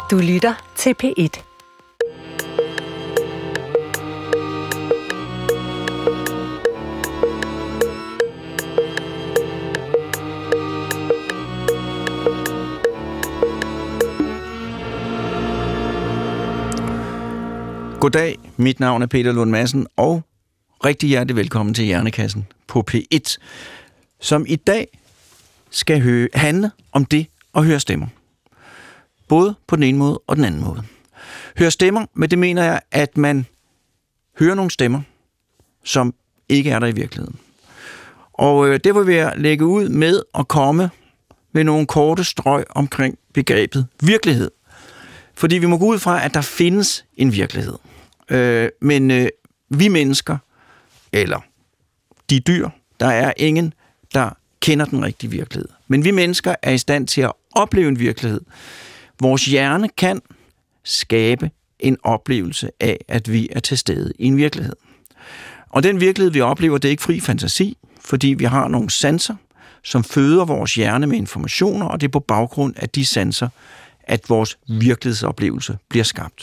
Du lytter til P1. Goddag, mit navn er Peter Lund Madsen, og rigtig hjertelig velkommen til Hjernekassen på P1, som i dag skal handle om det at høre stemmer. Både på den ene måde og den anden måde. Høre stemmer, men det mener jeg, at man hører nogle stemmer, som ikke er der i virkeligheden. Og det vil jeg lægge ud med at komme med nogle korte strøg omkring begrebet virkelighed. Fordi vi må gå ud fra, at der findes en virkelighed. Men vi mennesker, eller de dyr, der er ingen, der kender den rigtige virkelighed. Men vi mennesker er i stand til at opleve en virkelighed. Vores hjerne kan skabe en oplevelse af, at vi er til stede i en virkelighed. Og den virkelighed, vi oplever, det er ikke fri fantasi, fordi vi har nogle sanser, som føder vores hjerne med informationer, og det er på baggrund af de sanser, at vores virkelighedsoplevelse bliver skabt.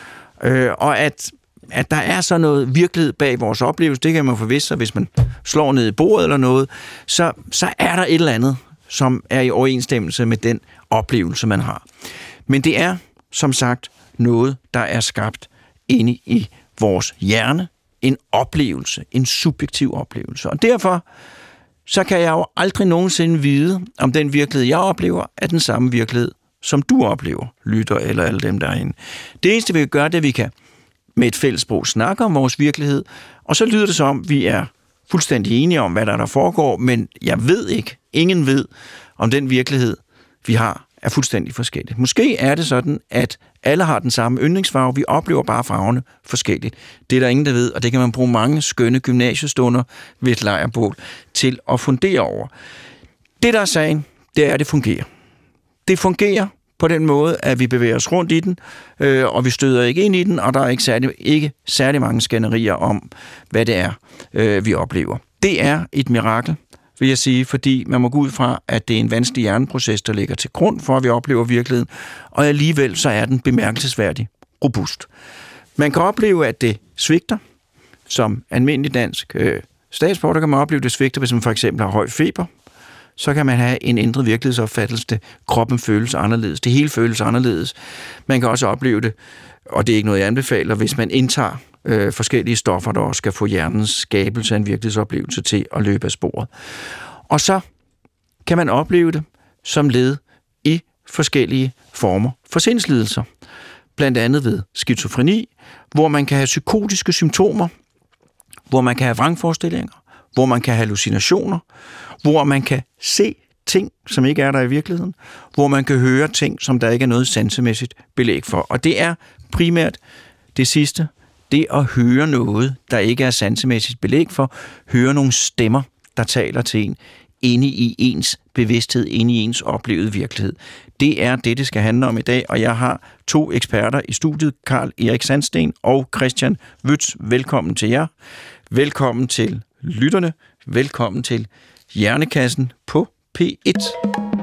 Og at der er så noget virkelighed bag vores oplevelse, det kan man forvisse sig, hvis man slår ned i bordet eller noget, så er der et eller andet, som er i overensstemmelse med den oplevelse, man har. Men det er, som sagt, noget, der er skabt inde i vores hjerne, en oplevelse, en subjektiv oplevelse. Og derfor så kan jeg jo aldrig nogensinde vide, om den virkelighed, jeg oplever, er den samme virkelighed, som du oplever, lytter eller alle dem derinde. Det eneste, vi kan gøre, det er, at vi kan med et fælles sprog snakke om vores virkelighed, og så lyder det som, at vi er fuldstændig enige om, hvad der foregår, men jeg ved ikke, ingen ved, om den virkelighed, vi har, er fuldstændig forskellig. Måske er det sådan, at alle har den samme yndlingsfarve, vi oplever bare farverne forskelligt. Det er der ingen, der ved, og det kan man bruge mange skønne gymnasiestunder ved et lejrbål til at fundere over. Det, der er sagen, det er, at det fungerer. Det fungerer på den måde, at vi bevæger os rundt i den, og vi støder ikke ind i den, og der er ikke særlig mange skænderier om, hvad det er, vi oplever. Det er et mirakel, vil jeg sige, fordi man må gå ud fra, at det er en vanskelig hjerneproces, der ligger til grund for, at vi oplever virkeligheden, og alligevel så er den bemærkelsesværdig robust. Man kan opleve, at det svigter, som almindelig dansk statsborger, der kan man opleve, at det svigter, hvis man for eksempel har høj feber. Så kan man have en ændret virkelighedsopfattelse. Kroppen føles anderledes. Det hele føles anderledes. Man kan også opleve det, og det er ikke noget, jeg anbefaler, hvis man indtager forskellige stoffer, der også skal få hjernens skabelse af en virkelighedsoplevelse til at løbe af sporet. Og så kan man opleve det som led i forskellige former for sindslidelser. Blandt andet ved skizofreni, hvor man kan have psykotiske symptomer, hvor man kan have vrangforestillinger, hvor man kan have hallucinationer, hvor man kan se ting, som ikke er der i virkeligheden, hvor man kan høre ting, som der ikke er noget sansemæssigt belæg for. Og det er primært det sidste, det at høre noget, der ikke er sansemæssigt belæg for, høre nogle stemmer, der taler til en, inde i ens bevidsthed, inde i ens oplevede virkelighed. Det er det skal handle om i dag, og jeg har to eksperter i studiet, Carl Erik Sandsten og Christian Wütz. Velkommen til jer. Velkommen til lytterne. Velkommen til Hjernekassen på P1.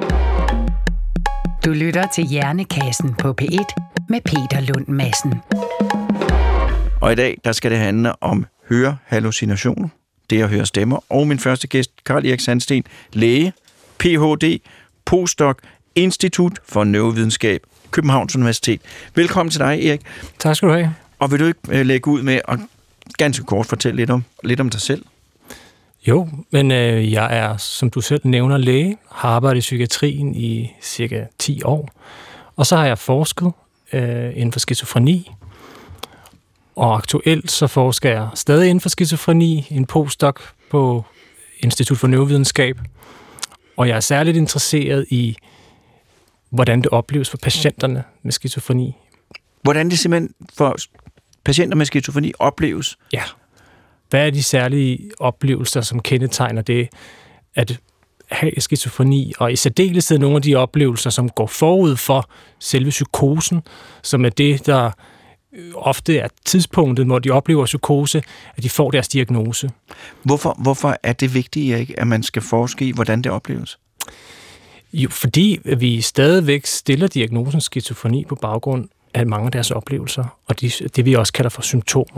Du lytter til Hjernekassen på P1 med Peter Lund Madsen. Og i dag, der skal det handle om hørehallucinationer, det at høre stemmer, og min første gæst, Carl Erik Sandsten, læge, Ph.D., postdoc, Institut for Neurovidenskab, Københavns Universitet. Velkommen til dig, Erik. Tak skal du have. Og vil du ikke lægge ud med at ganske kort fortælle lidt om dig selv? Jo, men jeg er, som du selv nævner, læge, har arbejdet i psykiatrien i cirka 10 år, og så har jeg forsket inden for skizofreni, og aktuelt så forsker jeg stadig inden for skizofreni, en postdoc på Institut for Neurovidenskab, og jeg er særligt interesseret i, hvordan det opleves for patienterne med skizofreni. Hvordan det simpelthen for patienter med skizofreni opleves? Ja. Hvad er de særlige oplevelser, som kendetegner det at have skizofreni, og i særdeleshed nogle af de oplevelser, som går forud for selve psykosen, som er det, der ofte er tidspunktet, hvor de oplever psykose, at de får deres diagnose. Hvorfor er det vigtigt, Erik, at man skal forske i, hvordan det opleves? Jo, fordi vi stadigvæk stiller diagnosen skizofreni på baggrund af mange af deres oplevelser, og det vi også kalder for symptomer.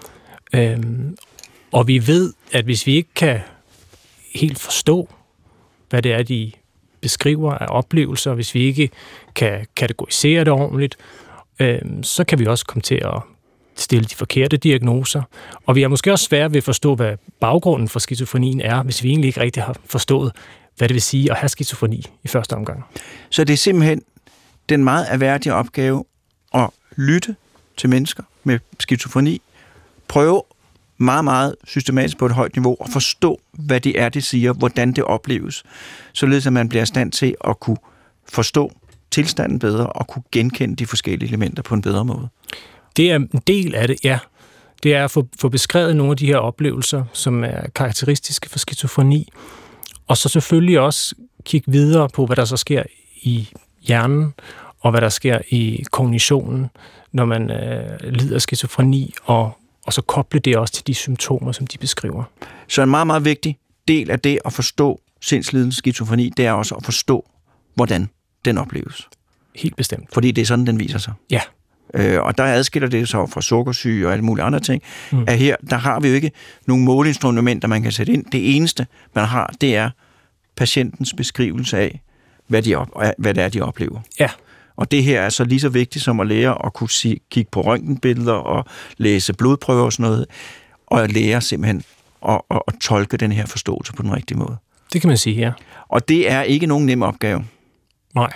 Og vi ved, at hvis vi ikke kan helt forstå, hvad det er, de beskriver af oplevelser, hvis vi ikke kan kategorisere det ordentligt, så kan vi også komme til at stille de forkerte diagnoser. Og vi er måske også svære ved at forstå, hvad baggrunden for skizofrenien er, hvis vi egentlig ikke rigtig har forstået, hvad det vil sige at have skizofreni i første omgang. Så det er simpelthen den meget erhverdige opgave at lytte til mennesker med skizofreni, prøve meget, meget systematisk på et højt niveau at forstå, hvad det er, det siger, hvordan det opleves, således at man bliver i stand til at kunne forstå tilstanden bedre og kunne genkende de forskellige elementer på en bedre måde. Det er en del af det, ja. Det er at få beskrevet nogle af de her oplevelser, som er karakteristiske for skizofreni, og så selvfølgelig også kigge videre på, hvad der så sker i hjernen, og hvad der sker i kognitionen, når man lider af skizofreni, og så koble det også til de symptomer, som de beskriver. Så en meget, meget vigtig del af det at forstå sindslidende skizofreni, det er også at forstå, hvordan den opleves. Helt bestemt. Fordi det er sådan, den viser sig. Ja. Og der adskiller det så fra sukkersyge og alle mulige andre ting. At her, der har vi jo ikke nogle måleinstrumenter, man kan sætte ind. Det eneste, man har, det er patientens beskrivelse af, hvad det er, de oplever. Ja. Og det her er så lige så vigtigt som at lære at kunne kigge på røntgenbilleder og læse blodprøver og sådan noget, og at lære simpelthen at tolke den her forståelse på den rigtige måde. Det kan man sige, ja. Og det er ikke nogen nem opgave. Nej.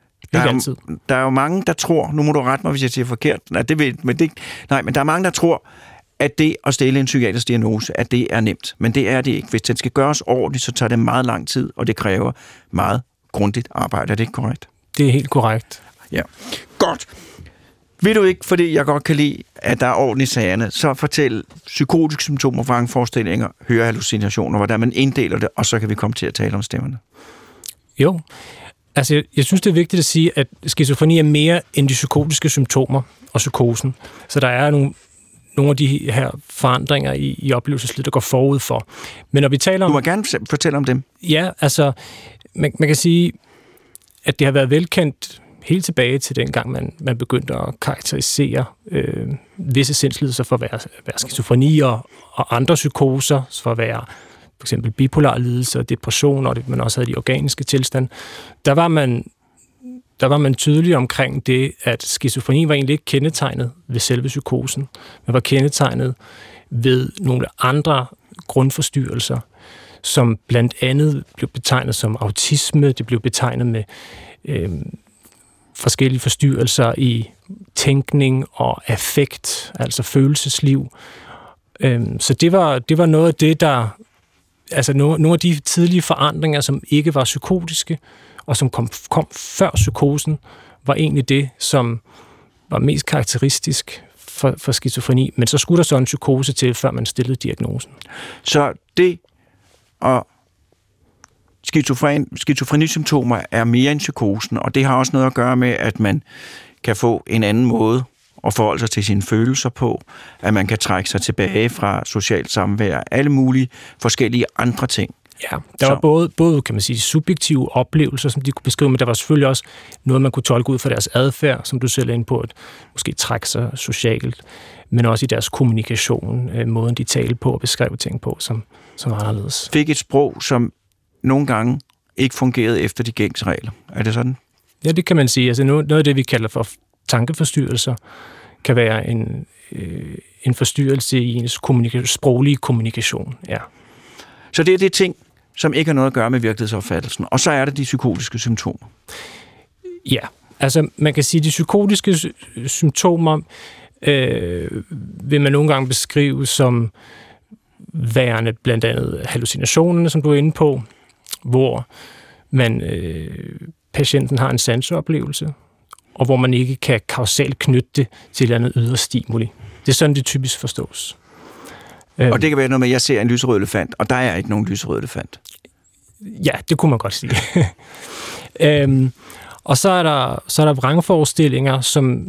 Der er jo mange, der tror, nu må du rette mig, hvis jeg siger forkert, men der er mange, der tror, at det at stille en psykiatrisk diagnose, at det er nemt. Men det er det ikke. Hvis det skal gøres ordentligt, så tager det meget lang tid, og det kræver meget grundigt arbejde. Er det ikke korrekt? Det er helt korrekt. Ja. Godt. Vil du ikke, fordi jeg godt kan lide, at der er orden i sagerne, så fortæl psykotiske symptomer, vrangforestillinger, hørehallucinationer, hvordan man inddeler det, og så kan vi komme til at tale om stemmerne. Jo. Altså, jeg synes, det er vigtigt at sige, at skizofreni er mere end de psykotiske symptomer og psykosen. Så der er nogle af de her forandringer i oplevelseslivet, der går forud for. Men når vi taler om... Du må gerne fortælle om dem. Ja, altså, man kan sige, at det har været velkendt helt tilbage til dengang, man begyndte at karakterisere visse sindslidelser for at være skizofreni og andre psykoser, for at være for eksempel bipolar lidelse og depression, og man også havde de organiske tilstand. Der var man tydelig omkring det, at skizofreni var egentlig ikke kendetegnet ved selve psykosen, men var kendetegnet ved nogle andre grundforstyrrelser, som blandt andet blev betegnet som autisme, det blev betegnet med forskellige forstyrrelser i tænkning og affekt, altså følelsesliv. Så det var noget af det, der... Altså nogle af de tidlige forandringer, som ikke var psykotiske, og som kom før psykosen, var egentlig det, som var mest karakteristisk for skizofreni. Men så skulle der så en psykose til, før man stillede diagnosen. Så det og skizofrenisymptomer er mere end psykosen, og det har også noget at gøre med, at man kan få en anden måde at forholde sig til sine følelser på, at man kan trække sig tilbage fra socialt samvær, alle mulige forskellige andre ting. Ja, der var både kan man sige, subjektive oplevelser, som de kunne beskrive, men der var selvfølgelig også noget, man kunne tolke ud fra deres adfærd, som du selv er inde på, at måske trække sig socialt, men også i deres kommunikation, måden de talte på og beskrev ting på, som var anderledes. Fik et sprog, som nogle gange ikke fungerede efter de gængse regler. Er det sådan? Ja, det kan man sige. Altså noget af det, vi kalder for tankeforstyrrelser, kan være en forstyrrelse i ens sproglige kommunikation. Ja. Så det er det ting, som ikke har noget at gøre med virkelighedsopfattelsen. Og så er der de psykotiske symptomer. Ja, altså man kan sige, at de psykotiske symptomer vil man nogle gange beskrive som værende blandt andet hallucinationerne, som du er inde på, hvor patienten har en sanseoplevelse, og hvor man ikke kan kausalt knytte det til et eller andet ydre stimuli. Det er sådan, det typisk forstås. Og det kan være noget med, at jeg ser en lyserød elefant, og der er ikke nogen lyserød elefant. Ja, det kunne man godt sige. Og så er der vrangforestillinger, som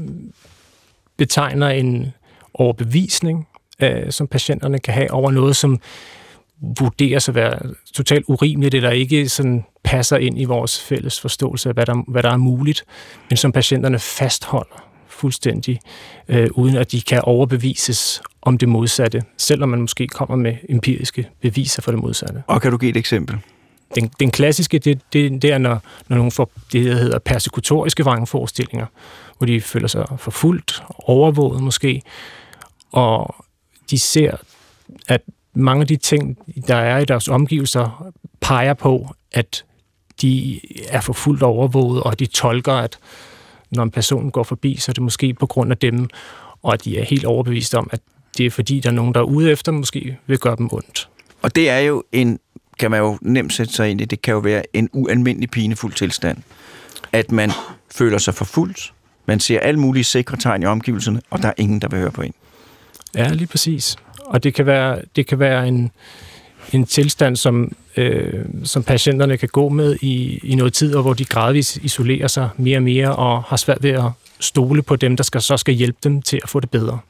betegner en overbevisning, som patienterne kan have over noget, som vurderes at være totalt urimeligt, eller ikke sådan passer ind i vores fælles forståelse af, hvad der er muligt, men som patienterne fastholder fuldstændig, uden at de kan overbevises om det modsatte, selvom man måske kommer med empiriske beviser for det modsatte. Og kan du give et eksempel? Den klassiske, det er, når nogen får det, der hedder persekutoriske vrangforestillinger, hvor de føler sig forfulgt, overvåget måske, og de ser, at mange af de ting, der er i deres omgivelser, peger på, at de er forfulgt og overvåget, og de tolker, at når en person går forbi, så er det måske på grund af dem, og at de er helt overbevist om, at det er fordi, der er nogen, der er ude efter, måske vil gøre dem ondt. Og det er jo kan man jo nemt sætte sig ind i, det kan jo være en ualmindelig pinefuld tilstand, at man føler sig forfulgt, man ser alle mulige sikre tegn i omgivelserne, og der er ingen, der vil høre på en. Ja, lige præcis. Og det kan være en tilstand, som patienterne kan gå med i noget tid, og hvor de gradvist isolerer sig mere og mere, og har svært ved at stole på dem, der skal hjælpe dem til at få det bedre.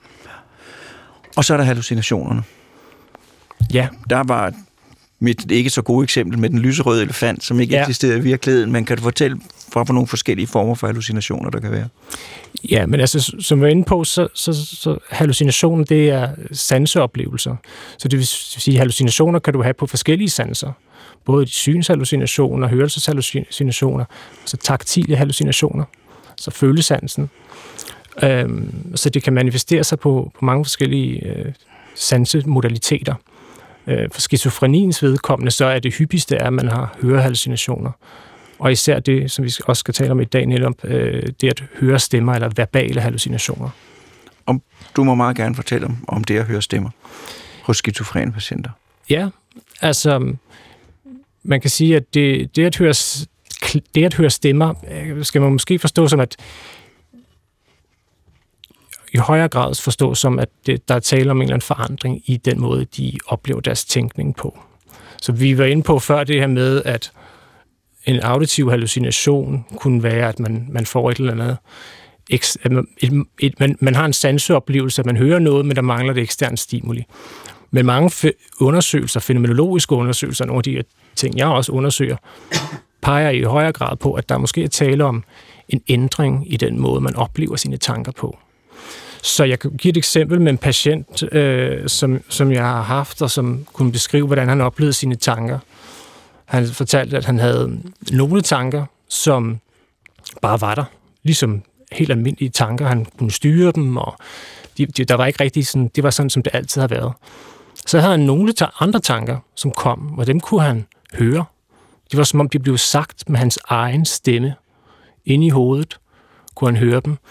Og så er der hallucinationerne. Ja. Der var mit ikke så gode eksempel med den lyserøde elefant, som ikke eksisterer i virkeligheden, men kan du fortælle for nogle forskellige former for hallucinationer, der kan være? Ja, men altså, som vi var inde på, så hallucinationen, det er sanseoplevelser. Så det vil sige, hallucinationer kan du have på forskellige sanser. Både synshallucinationer, hørelseshallucinationer, så taktile hallucinationer, så følesansen. Så det kan manifestere sig på mange forskellige sansemodaliteter. For skizofreniens vedkommende, så er det hyppigste, at man har hørehallucinationer. Og især det, som vi også skal tale om i dag, netop det at høre stemmer eller verbale hallucinationer. Og du må meget gerne fortælle om det at høre stemmer hos skizofrene patienter. Ja, altså man kan sige, at det at høre stemmer, skal man måske forstå som, at i højere grad forstå som, at der er tale om en eller anden forandring i den måde, de oplever deres tænkning på. Så vi var inde på før det her med, at en auditiv hallucination kunne være, at man får et eller andet, man har en sanseoplevelse, at man hører noget, men der mangler det eksterne stimuli. Men mange undersøgelser, fænomenologiske undersøgelser, nogle af de ting, jeg også undersøger, peger i højere grad på, at der måske er tale om en ændring i den måde, man oplever sine tanker på. Så jeg kan give et eksempel med en patient, som jeg har haft, og som kunne beskrive, hvordan han oplevede sine tanker. Han fortalte, at han havde nogle tanker, som bare var der, ligesom helt almindelige tanker. Han kunne styre dem, og der var ikke rigtig sådan, det var sådan, som det altid har været. Så havde han nogle andre tanker, som kom, og dem kunne han høre. Det var som om, de blev sagt med hans egen stemme. Inde i hovedet kunne han høre dem.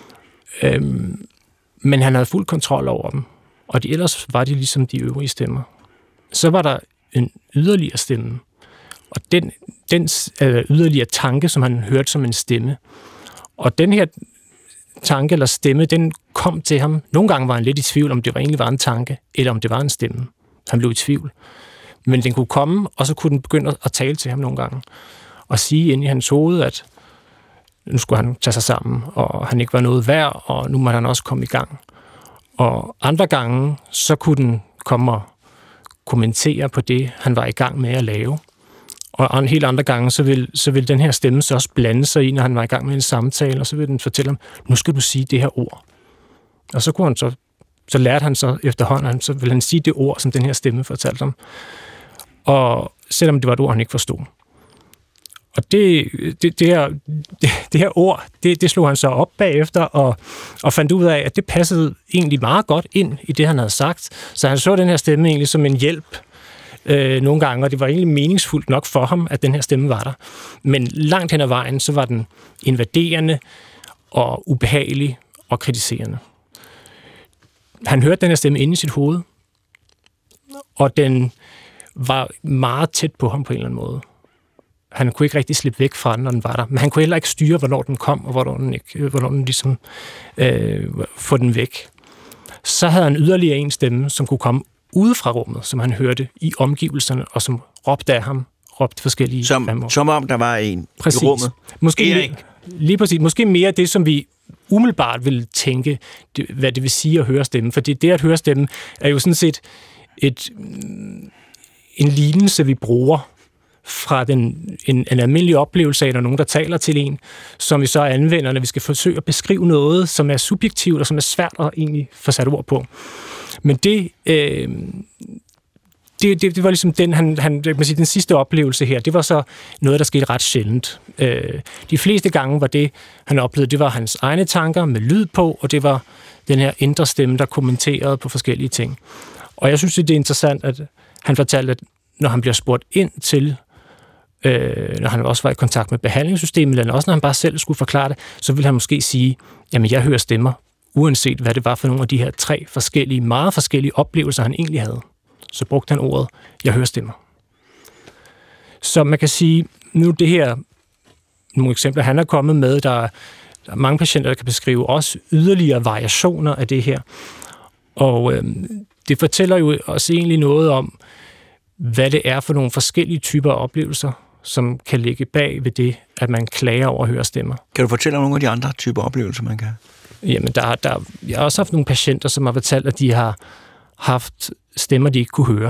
Men han havde fuld kontrol over dem, og ellers var de ligesom de øvrige stemmer. Så var der en yderligere stemme, og den yderligere tanke, som han hørte som en stemme. Og den her tanke eller stemme, den kom til ham. Nogle gange var han lidt i tvivl, om det egentlig var en tanke, eller om det var en stemme. Han blev i tvivl. Men den kunne komme, og så kunne den begynde at tale til ham nogle gange. Og sige ind i hans hoved, at nu skulle han tage sig sammen, og han ikke var noget værd, og nu må han også komme i gang. Og andre gange, så kunne den komme og kommentere på det, han var i gang med at lave. Og helt andre gange, så vil den her stemme så også blande sig i, når han var i gang med en samtale, og så vil den fortælle ham, nu skal du sige det her ord. Og så kunne han så lærte han så efterhånden, så ville han sige det ord, som den her stemme fortalte ham. Og selvom det var et ord, han ikke forstod. Og det her ord, det slog han så op bagefter, og fandt ud af, at det passede egentlig meget godt ind i det, han havde sagt. Så han så den her stemme egentlig som en hjælp nogle gange, og det var egentlig meningsfuldt nok for ham, at den her stemme var der. Men langt hen ad vejen, så var den invaderende og ubehagelig og kritiserende. Han hørte den her stemme inde i sit hoved, og den var meget tæt på ham på en eller anden måde. Han kunne ikke rigtig slippe væk fra den, når den var der. Men han kunne heller ikke styre, hvornår den kom, og hvornår den ligesom få den væk. Så havde han yderligere en stemme, som kunne komme ude fra rummet, som han hørte i omgivelserne, og som råbte af ham, råbte forskellige... Som om der var en præcis. I rummet. Måske lige præcis. Måske mere det, som vi umiddelbart ville tænke, hvad det vil sige at høre stemmen. For det at høre stemmen er jo sådan set en lignelse, vi bruger fra en almindelig oplevelse af, når nogen, der taler til en, som vi så anvender, når vi skal forsøge at beskrive noget, som er subjektivt og som er svært at egentlig få sat ord på. Men det var ligesom den sidste oplevelse her. Det var så noget, der skete ret sjældent. De fleste gange var det, han oplevede, det var hans egne tanker med lyd på, og det var den her indre stemme, der kommenterede på forskellige ting. Og jeg synes, det er interessant, at han fortalte, at når han bliver spurgt ind til, når han også var i kontakt med behandlingssystemet, eller også når han bare selv skulle forklare det, så ville han måske sige, jamen jeg hører stemmer, uanset hvad det var for nogle af de her 3 forskellige, meget forskellige oplevelser, han egentlig havde. Så brugte han ordet, jeg hører stemmer. Så man kan sige, nu det her, nogle eksempler, han er kommet med, der er mange patienter, der kan beskrive også yderligere variationer af det her. Og det fortæller jo også egentlig noget om, hvad det er for nogle forskellige typer af oplevelser, som kan ligge bag ved det, at man klager over at høre stemmer. Kan du fortælle om nogle af de andre typer oplevelser, man kan have? Jamen, jeg har også haft nogle patienter, som har fortalt, at de har haft stemmer, de ikke kunne høre.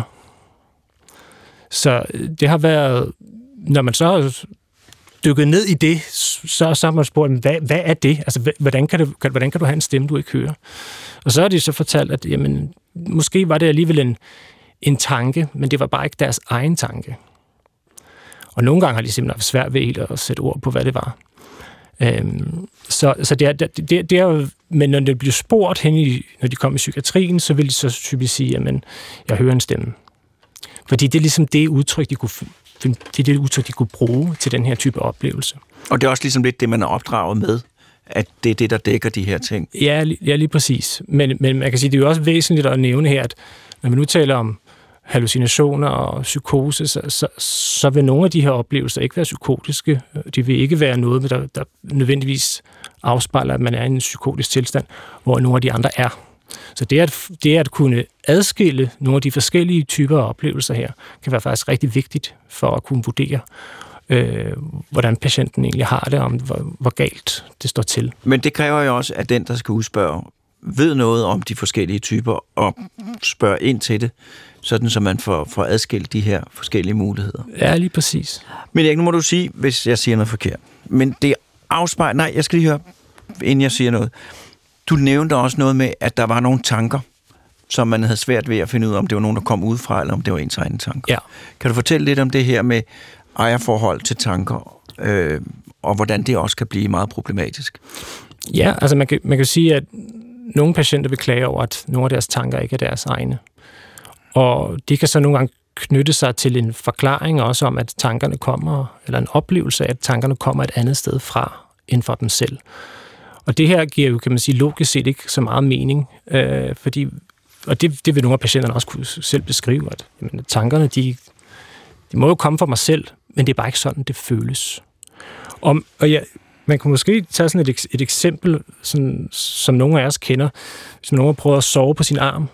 Så det har været, når man så har dykket ned i det, så har man spurgt, hvad er det? Altså, hvordan kan du have en stemme, du ikke hører? Og så har de så fortalt, at jamen, måske var det alligevel en tanke, men det var bare ikke deres egen tanke. Og nogle gange har de simpelthen haft svært ved at sætte ord på, hvad det var. Så det er jo, men når det bliver spurgt når de kom i psykiatrien, så vil de så typisk sige, jamen, jeg hører en stemme. Fordi det er ligesom det udtryk, de kunne bruge til den her type oplevelse. Og det er også ligesom lidt det, man er opdraget med, at det er det, der dækker de her ting. Ja, lige præcis. Men man kan sige, det er jo også væsentligt at nævne her, at når man nu taler om hallucinationer og psykose, så vil nogle af de her oplevelser ikke være psykotiske. De vil ikke være noget, der nødvendigvis afspejler, at man er i en psykotisk tilstand, hvor nogle af de andre er. Så det at kunne adskille nogle af de forskellige typer af oplevelser her, kan være faktisk rigtig vigtigt for at kunne vurdere, hvordan patienten egentlig har det, om hvor galt det står til. Men det kræver jo også, at den, der skal udspørge, ved noget om de forskellige typer og spørger ind til det, sådan så man får adskilt de her forskellige muligheder. Ja, lige præcis. Men Erik, nu må du sige, hvis jeg siger noget forkert. Men det afspejler... Nej, jeg skal lige høre, inden jeg siger noget. Du nævnte også noget med, at der var nogle tanker, som man havde svært ved at finde ud af, om det var nogen, der kom udefra, eller om det var ens egne tanker. Ja. Kan du fortælle lidt om det her med ejerforhold til tanker, og hvordan det også kan blive meget problematisk? Ja, altså man kan sige, at nogle patienter vil klage over, at nogle af deres tanker ikke er deres egne. Og de kan så nogle gange knytte sig til en forklaring også om, at tankerne kommer, eller en oplevelse af, at tankerne kommer et andet sted fra, end for dem selv. Og det her giver jo, kan man sige, logisk set ikke så meget mening, fordi, og det vil nogle af patienterne også kunne selv beskrive, at jamen, tankerne, de må jo komme fra mig selv, men det er bare ikke sådan, det føles. Man kunne måske tage sådan et eksempel, sådan, som nogle af os kender, hvis man nogen prøver at sove på sin arm,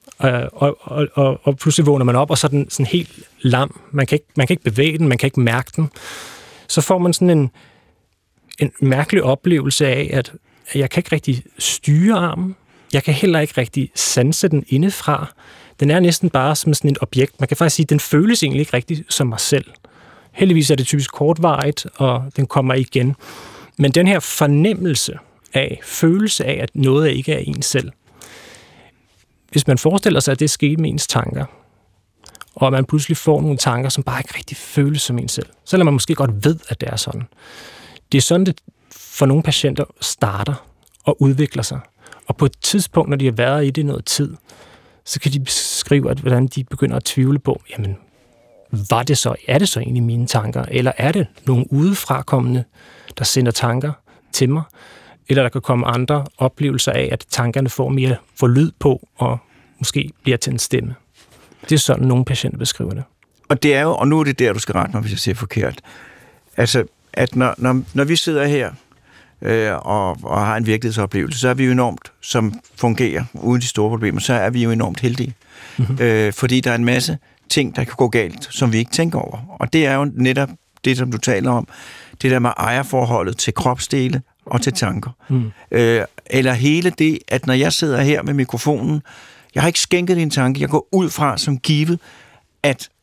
og pludselig vågner man op, og så er den sådan helt lam. Man kan ikke bevæge den, man kan ikke mærke den. Så får man sådan en mærkelig oplevelse af, at jeg kan ikke rigtig styre armen. Jeg kan heller ikke rigtig sanse den indefra. Den er næsten bare som sådan et objekt. Man kan faktisk sige, at den føles egentlig ikke rigtig som mig selv. Heldigvis er det typisk kortvarigt, og den kommer igen. Men den her følelse af, at noget ikke er ens selv. Hvis man forestiller sig, at det sker med ens tanker, og man pludselig får nogle tanker, som bare ikke rigtig føles som ens selv, selvom man måske godt ved, at det er sådan. Det er sådan, det for nogle patienter starter og udvikler sig. Og på et tidspunkt, når de har været i det noget tid, så kan de beskrive, hvordan de begynder at tvivle på, jamen, er det så egentlig mine tanker, eller er det nogle udefrakommende, der sender tanker til mig, eller der kan komme andre oplevelser af, at tankerne får lyd på, og måske bliver til en stemme. Det er sådan, nogle patienter beskriver det. Og det er jo, og nu er det der, du skal rette mig, hvis jeg siger forkert. Altså, at når vi sidder her og har en virkelighedsoplevelse, så er vi jo enormt, som fungerer uden de store problemer, så er vi jo enormt heldige. Mm-hmm. Fordi der er en masse ting, der kan gå galt, som vi ikke tænker over. Og det er jo netop det, som du taler om, det der med ejerforholdet til kropsdele og til tanker. Mm. Eller hele det, at når jeg sidder her med mikrofonen, jeg har ikke skænket en tanke, jeg går ud fra som givet, at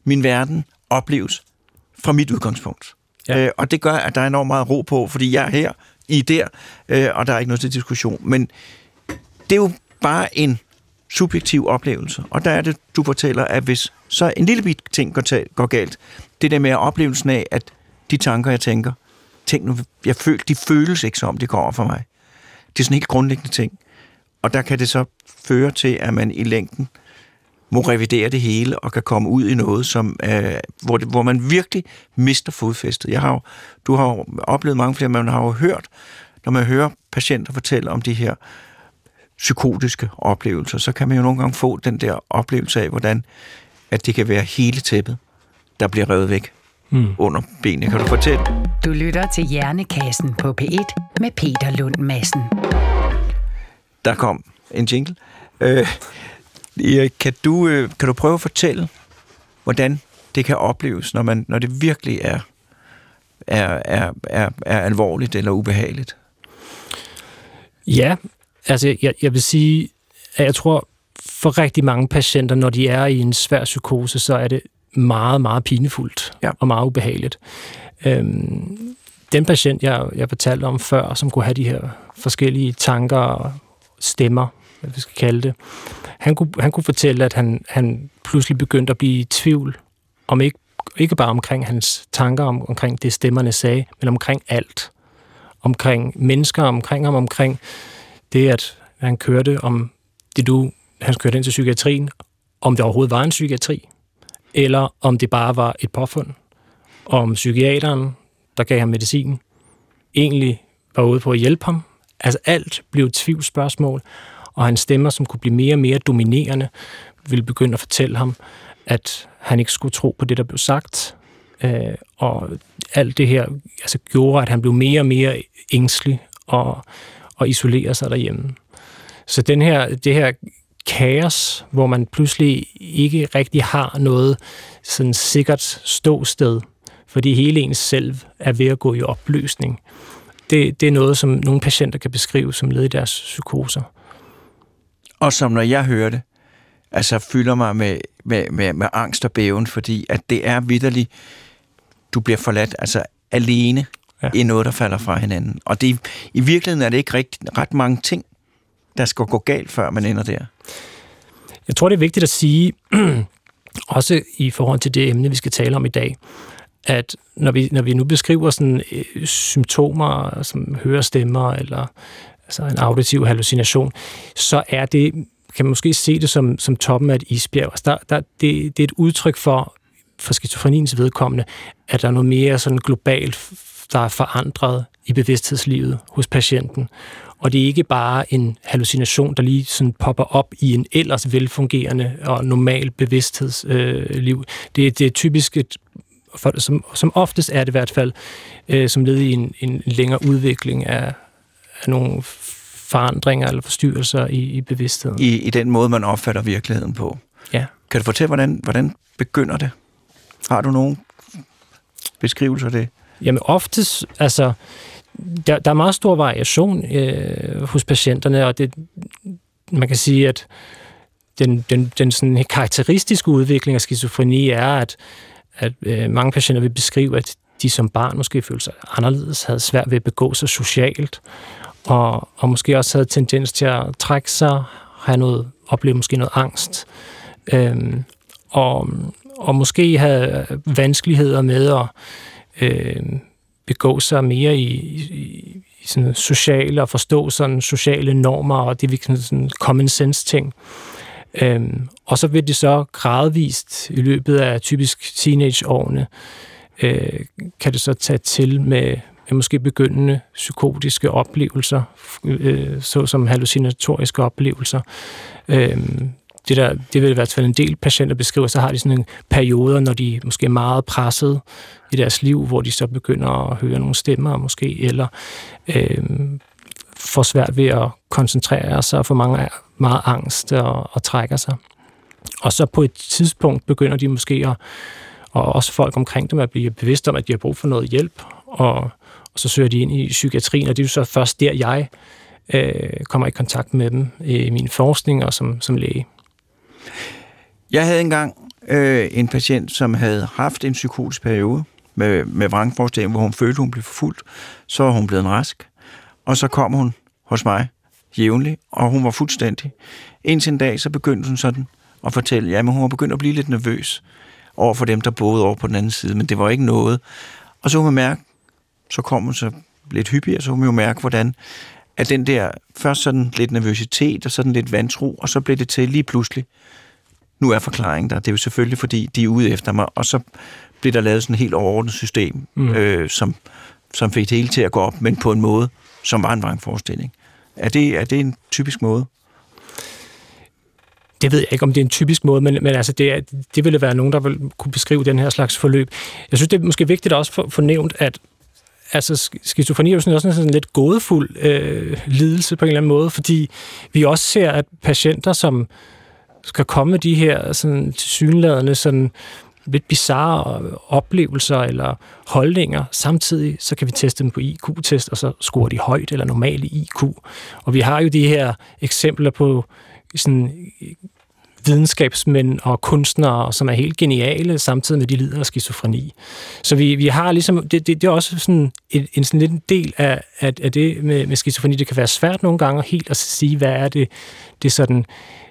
min verden opleves fra mit udgangspunkt. Ja. Og det gør, at der er enormt meget ro på, fordi jeg er her, I er der, og der er ikke noget til diskussion. Men det er jo bare en subjektiv oplevelse. Og der er det, du fortæller, at hvis så en lille bit ting går galt, det der med oplevelsen af, at de tanker, jeg tænker, de føles ikke som, det kommer fra mig. Det er sådan en helt grundlæggende ting. Og der kan det så føre til, at man i længden må revidere det hele og kan komme ud i noget, som, hvor man virkelig mister fodfæstet. Du har jo oplevet mange flere, man har jo hørt, når man hører patienter fortælle om de her psykotiske oplevelser, så kan man jo nogle gange få den der oplevelse af, hvordan at det kan være hele tæppet, der bliver revet væk under benene. Kan du fortælle? Du lytter til Hjernekassen på P1 med Peter Lund Madsen. Der kom en jingle. Kan du prøve at fortælle, hvordan det kan opleves, når det virkelig er alvorligt eller ubehageligt? Ja, altså jeg vil sige, at jeg tror, for rigtig mange patienter, når de er i en svær psykose, så er det meget, meget pinefuldt og meget ubehageligt. Den patient, jeg fortalte om før, som kunne have de her forskellige tanker og stemmer, hvad vi skal kalde det, han kunne fortælle, at han pludselig begyndte at blive i tvivl, om ikke bare omkring hans tanker, omkring det stemmerne sagde, men omkring alt. Omkring mennesker, omkring ham, omkring det, at han kørte han kørte ind til psykiatrien, om det overhovedet var en psykiatri, eller om det bare var et påfund. Om psykiateren, der gav ham medicin, egentlig var ude på at hjælpe ham. Altså alt blev et tvivlsspørgsmål, og hans stemmer, som kunne blive mere og mere dominerende, ville begynde at fortælle ham, at han ikke skulle tro på det, der blev sagt. Og alt det her gjorde, at han blev mere og mere ængstelig og isolerede sig derhjemme. Så det her kaos, hvor man pludselig ikke rigtig har noget sådan sikkert ståsted, fordi hele ens selv er ved at gå i opløsning. Det er noget, som nogle patienter kan beskrive som led i deres psykoser. Og som når jeg hører det, fylder mig med angst og bæven, fordi at det er vitterligt, du bliver forladt alene i noget, der falder fra hinanden. Og det, i virkeligheden er det ikke ret mange ting, der skal gå galt, før man ender der. Jeg tror, det er vigtigt at sige, også i forhold til det emne, vi skal tale om i dag, at når vi nu beskriver sådan symptomer, som hørestemmer, eller en auditiv hallucination, så er det, kan man måske se det som toppen af et isbjerg. Det er et udtryk for skizofreniens vedkommende, at der er noget mere sådan globalt, der er forandret i bevidsthedslivet hos patienten. Og det er ikke bare en hallucination, der lige sådan popper op i en ellers velfungerende og normal bevidsthedsliv. Det er typisk som oftest er det i hvert fald som led i en længere udvikling af nogle forandringer eller forstyrrelser i bevidstheden. I den måde, man opfatter virkeligheden på. Ja. Kan du fortælle, hvordan begynder det? Har du nogen beskrivelser af det? Jamen oftest, der er meget stor variation hos patienterne, og man kan sige, at den sådan karakteristiske udvikling af skizofreni er, at mange patienter vil beskrive, at de som barn måske følte sig anderledes, havde svært ved at begå sig socialt, og måske også havde tendens til at trække sig, opleve måske noget angst, og måske havde vanskeligheder med at begå sig mere i sådan sociale og forstå sådan sociale normer og det vi kan sådan common sense ting. Og så vil det så gradvist i løbet af typisk teenageårene kan det så tage til med måske begyndende psykotiske oplevelser, såsom hallucinatoriske oplevelser. Det vil i hvert fald en del patienter beskrive, så har de sådan en perioder, når de måske er meget presset i deres liv, hvor de så begynder at høre nogle stemmer måske, eller får svært ved at koncentrere sig, og får meget angst og trækker sig. Og så på et tidspunkt begynder de måske og også folk omkring dem at blive bevidste om, at de har brug for noget hjælp, og så søger de ind i psykiatrien, og det er jo så først der, jeg kommer i kontakt med dem i min forskning og som læge. Jeg havde engang en patient, som havde haft en psykotisk periode med vrangforestilling, hvor hun følte, hun blev forfulgt. Så var hun blevet rask, og så kom hun hos mig jævnligt, og hun var fuldstændig. Indtil en dag, så begyndte hun sådan at fortælle, at hun var begyndt at blive lidt nervøs over for dem, der boede over på den anden side, men det var ikke noget. Og så kunne man mærke, så kom hun så lidt hyppigere, så kunne man jo mærke, hvordan at den der, først sådan lidt nervøsitet, og sådan lidt vantro, og så blev det til lige pludselig, nu er forklaringen der. Det er jo selvfølgelig, fordi de er ude efter mig, og så blev der lavet sådan et helt overordnet system, som fik det hele til at gå op, men på en måde, som var en vrangforestilling. Er det en typisk måde? Det ved jeg ikke, om det er en typisk måde, men altså det ville være nogen, der vil kunne beskrive den her slags forløb. Jeg synes, det er måske vigtigt også for nævnt, at altså, skizofreni er jo også sådan en lidt gådefuld lidelse på en eller anden måde, fordi vi også ser, at patienter, som skal komme med de her sådan, tilsyneladende sådan lidt bizarre oplevelser eller holdninger, samtidig så kan vi teste dem på IQ-test, og så scorer de højt eller normalt i IQ. Og vi har jo de her eksempler på sådan videnskabsmænd og kunstnere, som er helt geniale, samtidig med de lider af skizofreni. Så vi har ligesom, det er også sådan en sådan lidt en del af det med skizofreni. Det kan være svært nogle gange helt at sige, hvad er det sådan,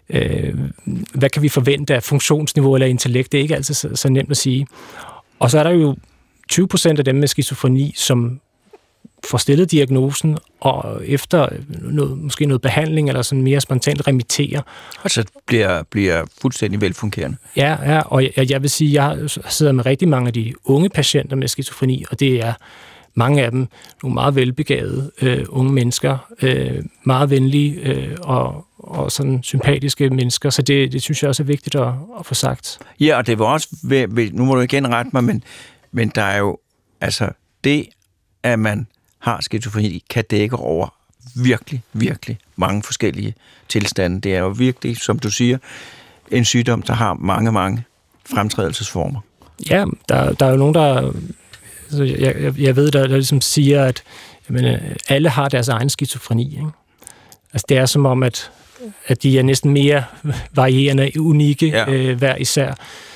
hvad kan vi forvente af funktionsniveau eller intellekt? Det er ikke altid så nemt at sige. Og så er der jo 20% af dem med skizofreni, som får stillet diagnosen, og efter måske noget behandling, eller sådan mere spontant remitterer. Og så bliver fuldstændig velfungerende. Ja, og jeg vil sige, jeg sidder med rigtig mange af de unge patienter med skizofreni, og det er mange af dem nogle meget velbegavede unge mennesker, meget venlige og sådan sympatiske mennesker, så det synes jeg også er vigtigt at få sagt. Ja, og det var også, nu må du igen rette mig, men der er jo, altså det, at man har skizofreni, kan dække over virkelig, virkelig mange forskellige tilstande. Det er jo virkelig, som du siger, en sygdom, der har mange, mange fremtrædelsesformer. Ja, der er jo nogen, der... Altså, jeg ved, der ligesom siger, at alle har deres egen skizofreni. Ikke? Altså, det er som om, at de er næsten mere varierende, unikke hver især.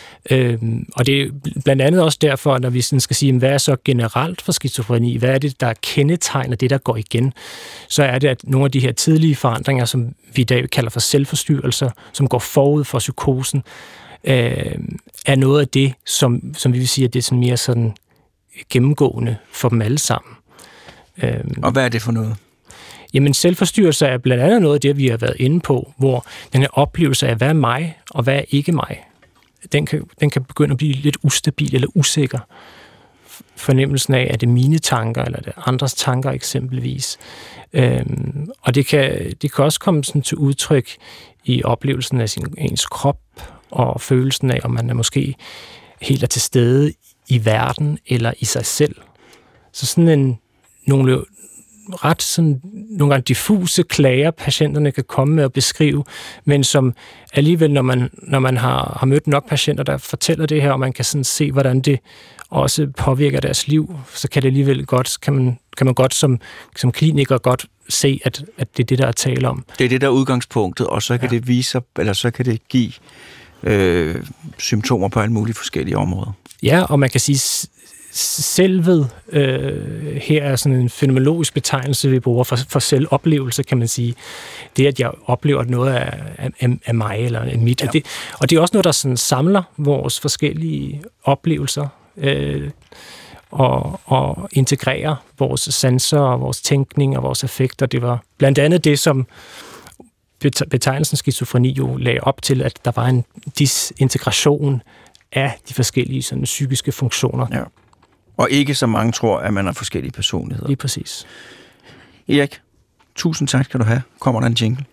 Og det er blandt andet også derfor, når vi sådan skal sige, hvad er så generelt for skizofreni, hvad er det, der kendetegner det, der går igen, så er det, at nogle af de her tidlige forandringer, som vi i dag kalder for selvforstyrrelser, som går forud for psykosen, er noget af det, som vi vil sige, at det er sådan mere sådan gennemgående for dem alle sammen. Og hvad er det for noget? Jamen, selvforstyrrelse er blandt andet noget af det, vi har været inde på, hvor den her oplevelse af, hvad er mig, og hvad er ikke mig, den kan begynde at blive lidt ustabil eller usikker. Fornemmelsen af, at det er mine tanker, eller det er andres tanker eksempelvis. Og det kan også komme sådan til udtryk i oplevelsen af ens krop, og følelsen af, om man er måske helt er til stede i verden, eller i sig selv. Så sådan nogle ret sådan, nogle gange diffuse klager, patienterne kan komme med at beskrive, men som alligevel, når man har mødt nok patienter, der fortæller det her, og man kan sådan se, hvordan det også påvirker deres liv, så kan det alligevel godt, kan man godt som kliniker godt se, at det er det, der er tale om. Det er det, der er udgangspunktet, og så kan det vise, eller så kan det give symptomer på alle mulige forskellige områder. Ja, og man kan sige, selvet her er sådan en fænomenologisk betegnelse, vi bruger for selvoplevelse, kan man sige. Det, at jeg oplever noget af mig eller af mit. Ja. Og det er også noget, der sådan samler vores forskellige oplevelser og integrerer vores sanser og vores tænkning og vores affekter. Det var blandt andet det, som betegnelsen skizofreni jo lagde op til, at der var en disintegration af de forskellige sådan, psykiske funktioner. Ja. Og ikke så mange tror, at man har forskellige personligheder. Lige præcis. Erik, tusind tak skal du have. Kommer der en jingle?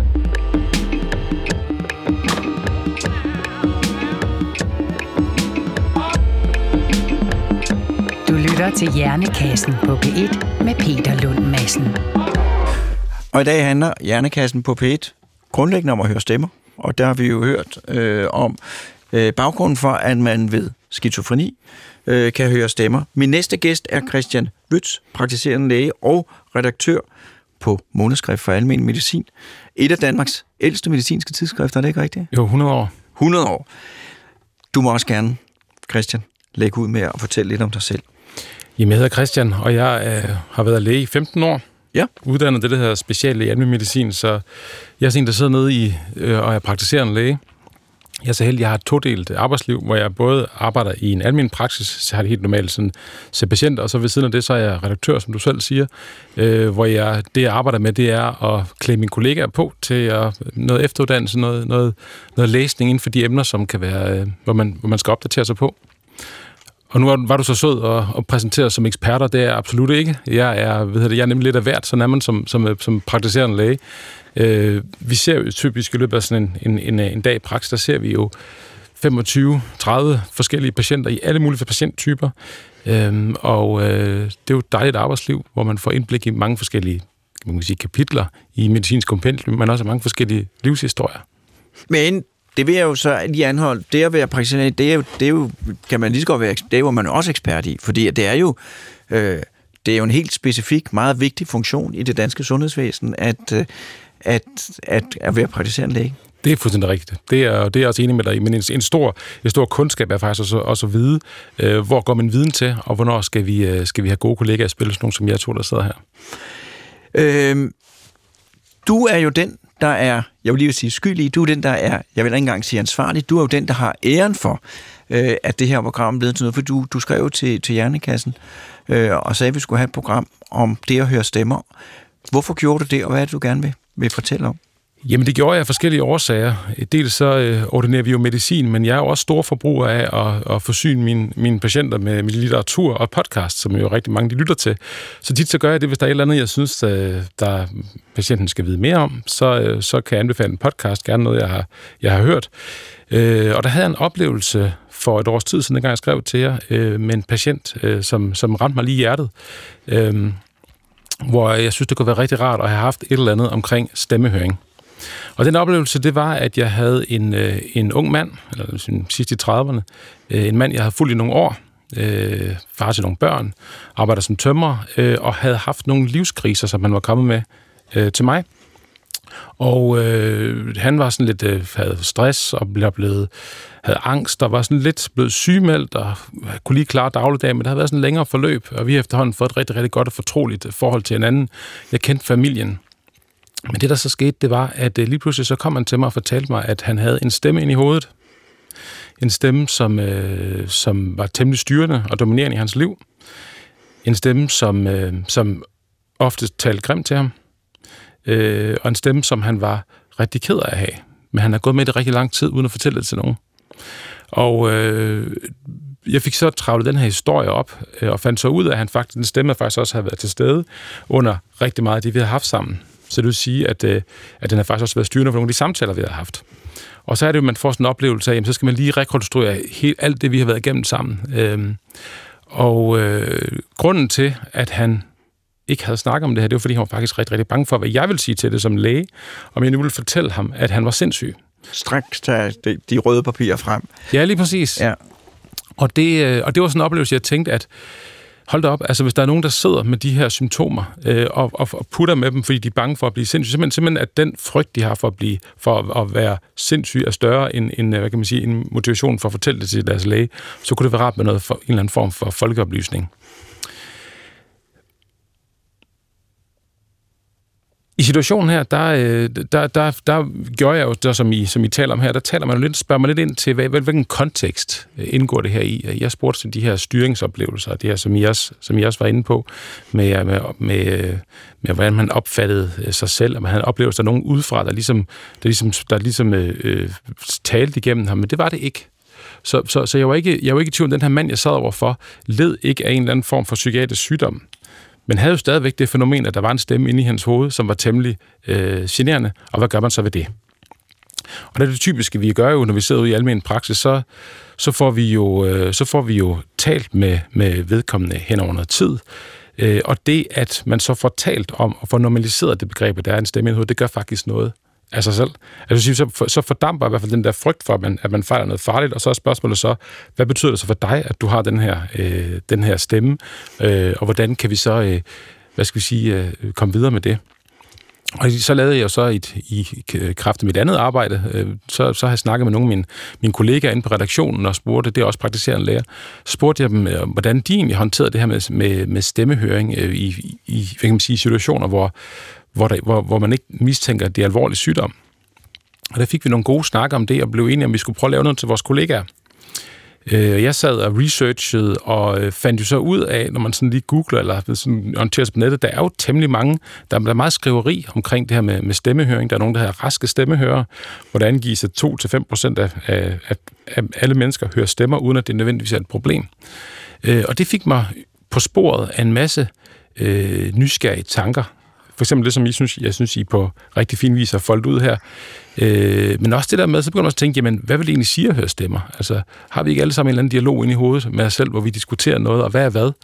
Du lytter til Hjernekassen på P1 med Peter Lund Madsen. Og i dag handler Hjernekassen på P1 grundlæggende om at høre stemmer. Og der har vi jo hørt om baggrunden for, at man ved skizofreni kan høre stemmer. Min næste gæst er Christian Wøtz, praktiserende læge og redaktør på Månedskrift for Almen Medicin. Et af Danmarks ældste medicinske tidsskrifter, er det ikke rigtigt? Jo, 100 år. 100 år. Du må også gerne, Christian, lægge ud med at fortælle lidt om dig selv. Jamen, jeg hedder Christian, og jeg har været læge i 15 år. Ja. Uddannet det, der hedder speciallæge i almen medicin, så jeg er sådan en, der sidder nede i og er praktiserende læge. Jeg er så heldig, jeg har et todelt arbejdsliv, hvor jeg både arbejder i en almen praksis, så har det helt normalt sådan, ser patienter, og så ved siden af det, så er jeg redaktør, som du selv siger, hvor det jeg arbejder med, det er at klæde mine kollegaer på til noget efteruddannelse, noget læsning inden for de emner, som kan være, hvor man skal opdatere sig på. Og nu var du så sød og præsentere som eksperter, det er jeg absolut ikke. Jeg er nemlig lidt af hvert, sådan er man som praktiserende læge. Vi ser jo typisk i løbet af sådan en dag i praksis, der ser vi jo 25-30 forskellige patienter i alle mulige patienttyper. Og det er jo et dejligt arbejdsliv, hvor man får indblik i mange forskellige kapitler i medicinsk kompendium, men også mange forskellige livshistorier. Men det vil jeg jo så lige anholde. Det at være praktiserende, det er jo kan man lige så godt være, det er jo man også ekspert i, fordi det er jo en helt specifik, meget vigtig funktion i det danske sundhedsvæsen, at være praktiserende læge. Det er fuldstændig rigtigt. Det er jeg også enig med dig i, men en stor kundskab er faktisk også at vide, hvor går min viden til, og hvornår skal vi have gode kollegaer at spille, sådan nogle som jeg to, der sidder her. Du er jo den, der er, jeg vil lige sige skyldig, du er den, der er, jeg vil ikke engang sige ansvarlig, du er jo den, der har æren for, at det her program er blevet til noget, for du skrev til Hjernekassen, og sagde, at vi skulle have et program om det at høre stemmer. Hvorfor gjorde du det, og hvad er det, du gerne vil fortælle om? Jamen, det gjorde jeg af forskellige årsager. Dels så ordinerer vi jo medicin, men jeg er jo også stor forbruger af at forsyne mine patienter med litteratur og podcast, som jo rigtig mange de lytter til. Så tit så gør jeg det, hvis der er et eller andet, jeg synes, der patienten skal vide mere om, så kan jeg anbefale en podcast, gerne noget, jeg har hørt. Og der havde jeg en oplevelse for et års tid siden, dengang jeg skrev til jer, med en patient, som ramte mig lige i hjertet, hvor jeg synes, det kunne være rigtig rart at have haft et eller andet omkring stemmehøring. Og den oplevelse, det var, at jeg havde en ung mand, eller sidst i 30'erne, en mand, jeg havde fulgt i nogle år, far til nogle børn, arbejder som tømrer, og havde haft nogle livskriser, som han var kommet med til mig. Og han var sådan lidt, havde stress og havde angst, og var sådan lidt blevet sygemeldt, og kunne lige klare dagligdag, men det havde været sådan en længere forløb, og vi har efterhånden fået et rigtig, rigtig godt og fortroligt forhold til hinanden. Jeg kendte familien. Men det, der så skete, det var, at lige pludselig så kom han til mig og fortalte mig, at han havde en stemme ind i hovedet. En stemme, som var temmelig styrende og dominerende i hans liv. En stemme, som ofte talte grimt til ham. Og en stemme, som han var rigtig ked af at have. Men han har gået med det rigtig lang tid, uden at fortælle det til nogen. Og jeg fik så travlet den her historie op, og fandt så ud af, at den stemme faktisk også havde været til stede under rigtig meget af det, vi havde haft sammen. Så det vil sige, at den har faktisk også været styrende for nogle af de samtaler, vi har haft. Og så er det jo, man får sådan en oplevelse af, så skal man lige rekonstruere alt det, vi har været igennem sammen. Grunden til, at han ikke havde snakket om det her, det var, fordi han var faktisk rigtig, rigtig bange for, hvad jeg vil sige til det som læge, om jeg nu ville fortælle ham, at han var sindssyg. Straks tage de røde papirer frem. Ja, lige præcis. Ja. Og det var sådan en oplevelse, jeg tænkte, at hold da op, altså hvis der er nogen, der sidder med de her symptomer og putter med dem, fordi de er bange for at blive sindssyge, simpelthen at den frygt, de har for at være sindssyg, er større end en motivation for at fortælle det til deres læge, så kunne det være rart med en eller anden form for folkeoplysning. I situationen her, der gjorde jeg jo det, som I taler om her, der taler man jo lidt, spørger man lidt ind til, hvilken kontekst indgår det her i. Jeg spurgte til de her styringsoplevelser, det her, som I også var inde på, med hvordan man opfattede sig selv, og man havde oplevet, at der er nogen udefra, der ligesom talte igennem ham, men det var det ikke. Så jeg var ikke i tvivl, den her mand, jeg sad overfor, led ikke af en eller anden form for psykiatrisk sygdom, men havde jo stadigvæk det fænomen, at der var en stemme inde i hans hoved, som var temmelig generende, og hvad gør man så ved det? Og det er det typiske, vi gør jo, når vi sidder ude i almen praksis, så får vi jo talt med vedkommende hen over noget tid, og det, at man så får talt om og får normaliseret det begreb, at der er en stemme i hovedet, det gør faktisk noget af sig selv. Altså, så fordamper i hvert fald den der frygt for, at man fejler noget farligt, og så er spørgsmålet så, hvad betyder det så for dig, at du har den her stemme, og hvordan kan vi så, komme videre med det? Og så lavede jeg så i kraft af mit andet arbejde, så har jeg snakket med nogle af mine kollegaer inde på redaktionen og spurgte, det er også praktiserende læger, spurgte jeg dem, hvordan de egentlig håndterede det her med stemmehøring i hvad kan man sige, situationer, hvor man ikke mistænker, at det er alvorlig sygdom. Og der fik vi nogle gode snakker om det, og blev enige om, at vi skulle prøve at lave noget til vores kollegaer. Jeg sad og researchede, og fandt jo så ud af, når man sådan lige googler, eller sådan orienterer sig på nettet, der er jo temmelig mange, der er meget skriveri omkring det her med stemmehøring. Der er nogen, der har raske stemmehører, hvor der angives, at 2-5% af alle mennesker hører stemmer, uden at det nødvendigvis er et problem. Og det fik mig på sporet af en masse nysgerrige tanker. For eksempel det, som jeg synes, I på rigtig fin vis har foldet ud her. Men også det der med, så begynder man også at tænke, jamen, hvad vil det egentlig sige at høre stemmer? Altså, har vi ikke alle sammen en eller anden dialog inde i hovedet med os selv, hvor vi diskuterer noget, og hvad er hvad?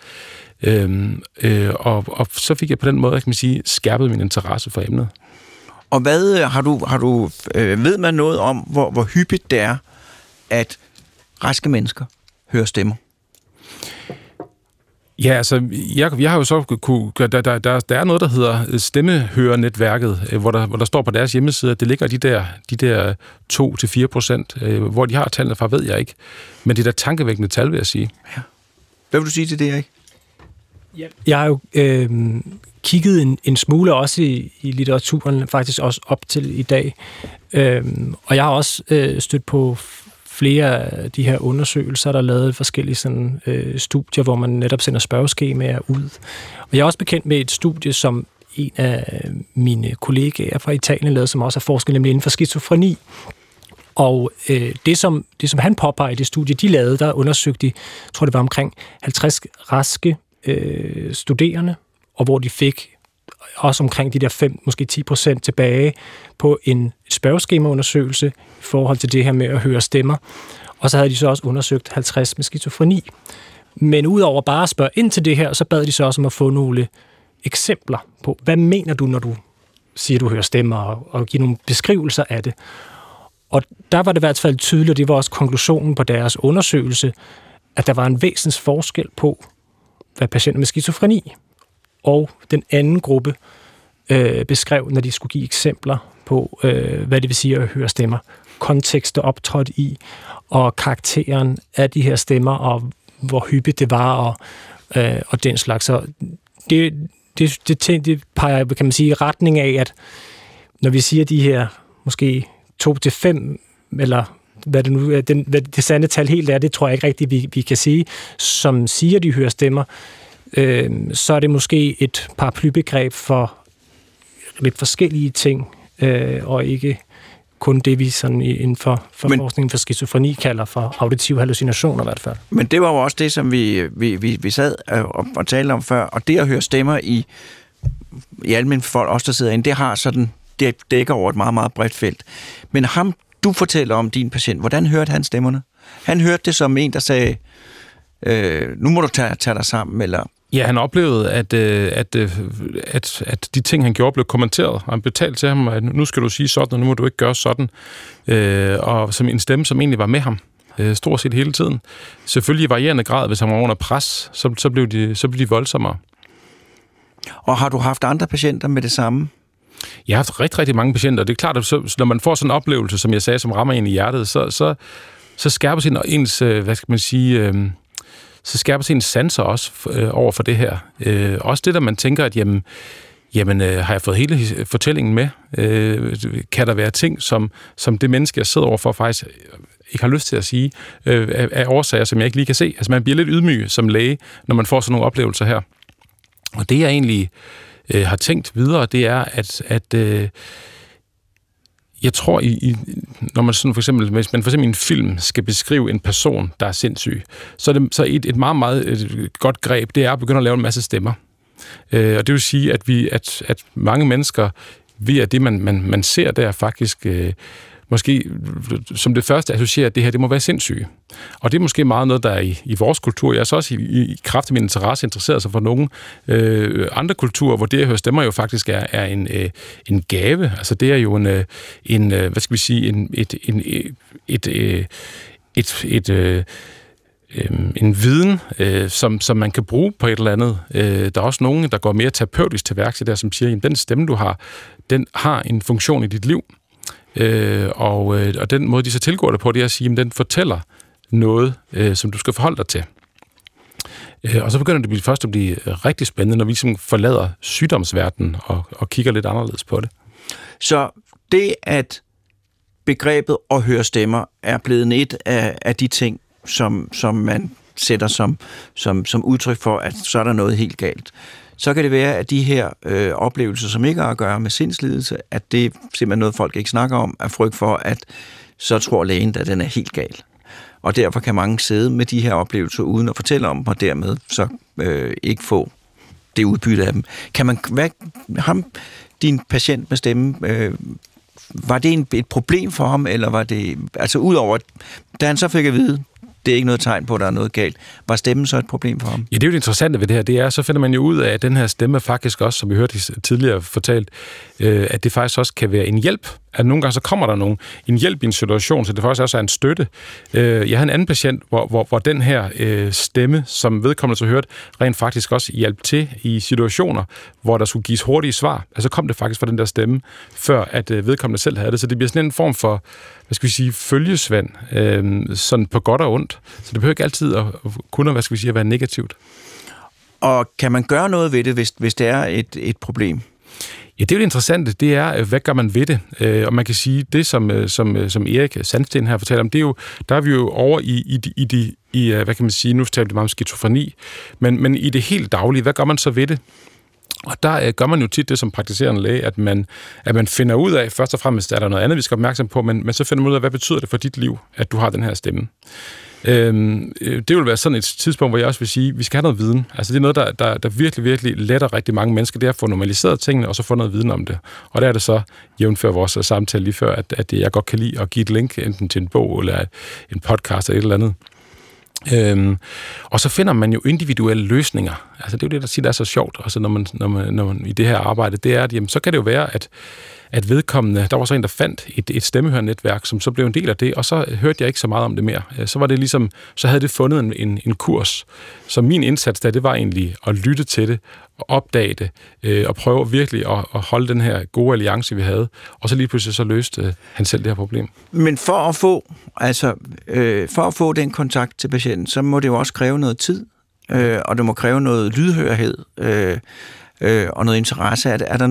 Og så fik jeg på den måde, kan man sige, skærpet min interesse for emnet. Og hvad ved man noget om, hvor hyppigt det er, at raske mennesker hører stemmer? Ja, altså, jeg har jo så der er noget, der hedder Stemmehørernetværket, hvor der står på deres hjemmeside, at det ligger de der 2-4%, hvor de har tallene fra, ved jeg ikke. Men det er da tankevækkende tal, vil jeg sige. Ja. Hvad vil du sige til det, Erik? Jeg har jo kigget en smule også i litteraturen, faktisk også op til i dag. Og jeg har også stødt på flere af de her undersøgelser, der er lavet forskellige sådan, studier, hvor man netop sender spørgeskemaer ud. Og jeg er også bekendt med et studie, som en af mine kollegaer fra Italien lavede, som også er forsket nemlig inden for skizofreni. Og det som han påpeger i det studie, de lavede, der undersøgte de, jeg tror det var omkring 50 raske studerende, og hvor de fik også omkring de der 5, måske 10% tilbage på en spørgeskemaundersøgelse i forhold til det her med at høre stemmer. Og så havde de så også undersøgt 50 med skizofreni. Men udover bare at spørge ind til det her, så bad de så også om at få nogle eksempler på, hvad mener du, når du siger, du hører stemmer, og give nogle beskrivelser af det. Og der var det i hvert fald tydeligt, og det var også konklusionen på deres undersøgelse, at der var en væsens forskel på, hvad patienter med skizofreni og den anden gruppe beskrev, når de skulle give eksempler på, hvad det vil sige at høre stemmer. Kontekst og optrådt i, og karakteren af de her stemmer, og hvor hyppigt det var, og den slags. Så det peger, kan man sige, i retning af, at når vi siger de her måske 2-5, eller hvad det nu er, det sande tal helt er, det tror jeg ikke rigtigt, vi kan sige, som siger, de hører stemmer, så er det måske et paraplybegreb for lidt forskellige ting, og ikke kun det, vi sådan inden for forskningen for skizofreni kalder for auditive hallucinationer i hvert fald. Men det var jo også det, som vi sad og talte om før, og det at høre stemmer i almindelige folk, også der sidder inde, det har sådan, det dækker over et meget, meget bredt felt. Men ham, du fortæller om din patient, hvordan hørte han stemmerne? Han hørte det som en, der sagde, nu må du tage dig sammen, eller... Ja, han oplevede, at de ting, han gjorde, blev kommenteret, og han betalte til ham, at nu skal du sige sådan, og nu må du ikke gøre sådan. Og som en stemme, som egentlig var med ham, stort set hele tiden. Selvfølgelig i varierende grad, hvis han var under pres, så blev de voldsommere. Og har du haft andre patienter med det samme? Jeg har haft rigtig, rigtig mange patienter. Det er klart, at når man får sådan en oplevelse, som jeg sagde, som rammer en i hjertet, så skærper ens, hvad skal man sige... så skærper sig en sanser også over for det her. Også det, der man tænker, at jamen har jeg fået hele fortællingen med? Kan der være ting, som det menneske, jeg sidder overfor, faktisk ikke har lyst til at sige, af årsager, som jeg ikke lige kan se? Altså man bliver lidt ydmyg som læge, når man får sådan nogle oplevelser her. Og det, jeg egentlig har tænkt videre, det er, at jeg tror, når man sådan for eksempel, hvis man for eksempel i en film skal beskrive en person, der er sindssyg, så er et meget, meget godt greb, det er at begynde at lave en masse stemmer. Og det vil sige, at mange mennesker, via det, man ser der, faktisk måske som det første associerer, at det her, det må være sindssyge. Og det er måske meget noget, der er i vores kultur. Jeg er så også i kraft af min interesse interesseret sig for nogle andre kulturer, hvor det at høre stemmer jo faktisk er en gave. Altså det er jo hvad skal vi sige, en viden, som man kan bruge på et eller andet. Der er også nogen, der går mere terapeutisk til værks der, som siger, at den stemme, du har, den har en funktion i dit liv. Og den måde, de så tilgår det på, det er at sige, at den fortæller noget, som du skal forholde dig til. Og så begynder det først at blive rigtig spændende, når vi ligesom forlader sygdomsverdenen og kigger lidt anderledes på det. Så det, at begrebet at høre stemmer er blevet et af de ting, som man sætter som udtryk for, at så er der noget helt galt. Så kan det være, at de her oplevelser, som ikke har at gøre med sindslidelse, at det er simpelthen noget, folk ikke snakker om, er frygt for, at så tror lægen, at den er helt gal. Og derfor kan mange sidde med de her oplevelser uden at fortælle om dem, og dermed så ikke få det udbytte af dem. Kan man, din patient med stemme, var det et problem for ham, eller var det, altså udover, da han så fik at vide, det er ikke noget tegn på, at der er noget galt. Var stemmen så et problem for ham? Ja, det er jo det interessante ved det her. Det er, så finder man jo ud af, at den her stemme faktisk også, som vi hørte tidligere fortalt, at det faktisk også kan være en hjælp. At nogle gange så kommer der en hjælp i en situation, så det faktisk også er en støtte. Jeg havde en anden patient, hvor den her stemme, som vedkommende så hørte, rent faktisk også hjalp til i situationer, hvor der skulle gives hurtige svar. Altså kom det faktisk fra den der stemme, før at vedkommende selv havde det. Så det bliver sådan en form for, hvad skal vi sige, følgesvend, sådan på godt og ondt. Så det behøver ikke altid at kunne, hvad skal vi sige, at være negativt. Og kan man gøre noget ved det, hvis det er et problem? Ja, det er jo det interessante, det er, hvad gør man ved det? Og man kan sige, det som Erik Sandsten her fortæller om, det er jo, der er vi jo over i hvad kan man sige, nu taler vi meget om skizofreni, men i det helt daglige, hvad gør man så ved det? Og der gør man jo tit det som praktiserende læge, at man finder ud af, først og fremmest er der noget andet, vi skal være opmærksom på, men så finder man ud af, hvad betyder det for dit liv, at du har den her stemme? Det vil være sådan et tidspunkt, hvor jeg også vil sige, at vi skal have noget viden. Altså det er noget, der virkelig, virkelig letter rigtig mange mennesker. Det er at få normaliseret tingene, og så få noget viden om det. Og der er det så, jævnfør vores samtale lige før, at jeg godt kan lide at give et link, enten til en bog, eller en podcast, eller et eller andet. Og så finder man jo individuelle løsninger. Altså det er jo det, der siger, der er så sjovt, altså når man i det her arbejde, det er, at jamen, så kan det jo være, at vedkommende, der var så en, der fandt et stemmehørnetværk, som så blev en del af det, og så hørte jeg ikke så meget om det mere. Så var det ligesom, så havde det fundet en kurs. Så min indsats der, det var egentlig at lytte til det, og opdage det, og prøve virkelig at holde den her gode alliance, vi havde, og så lige pludselig så løste han selv det her problem. Men for at få den kontakt til patienten, så må det jo også kræve noget tid, og det må kræve noget lydhørhed, og noget interesse.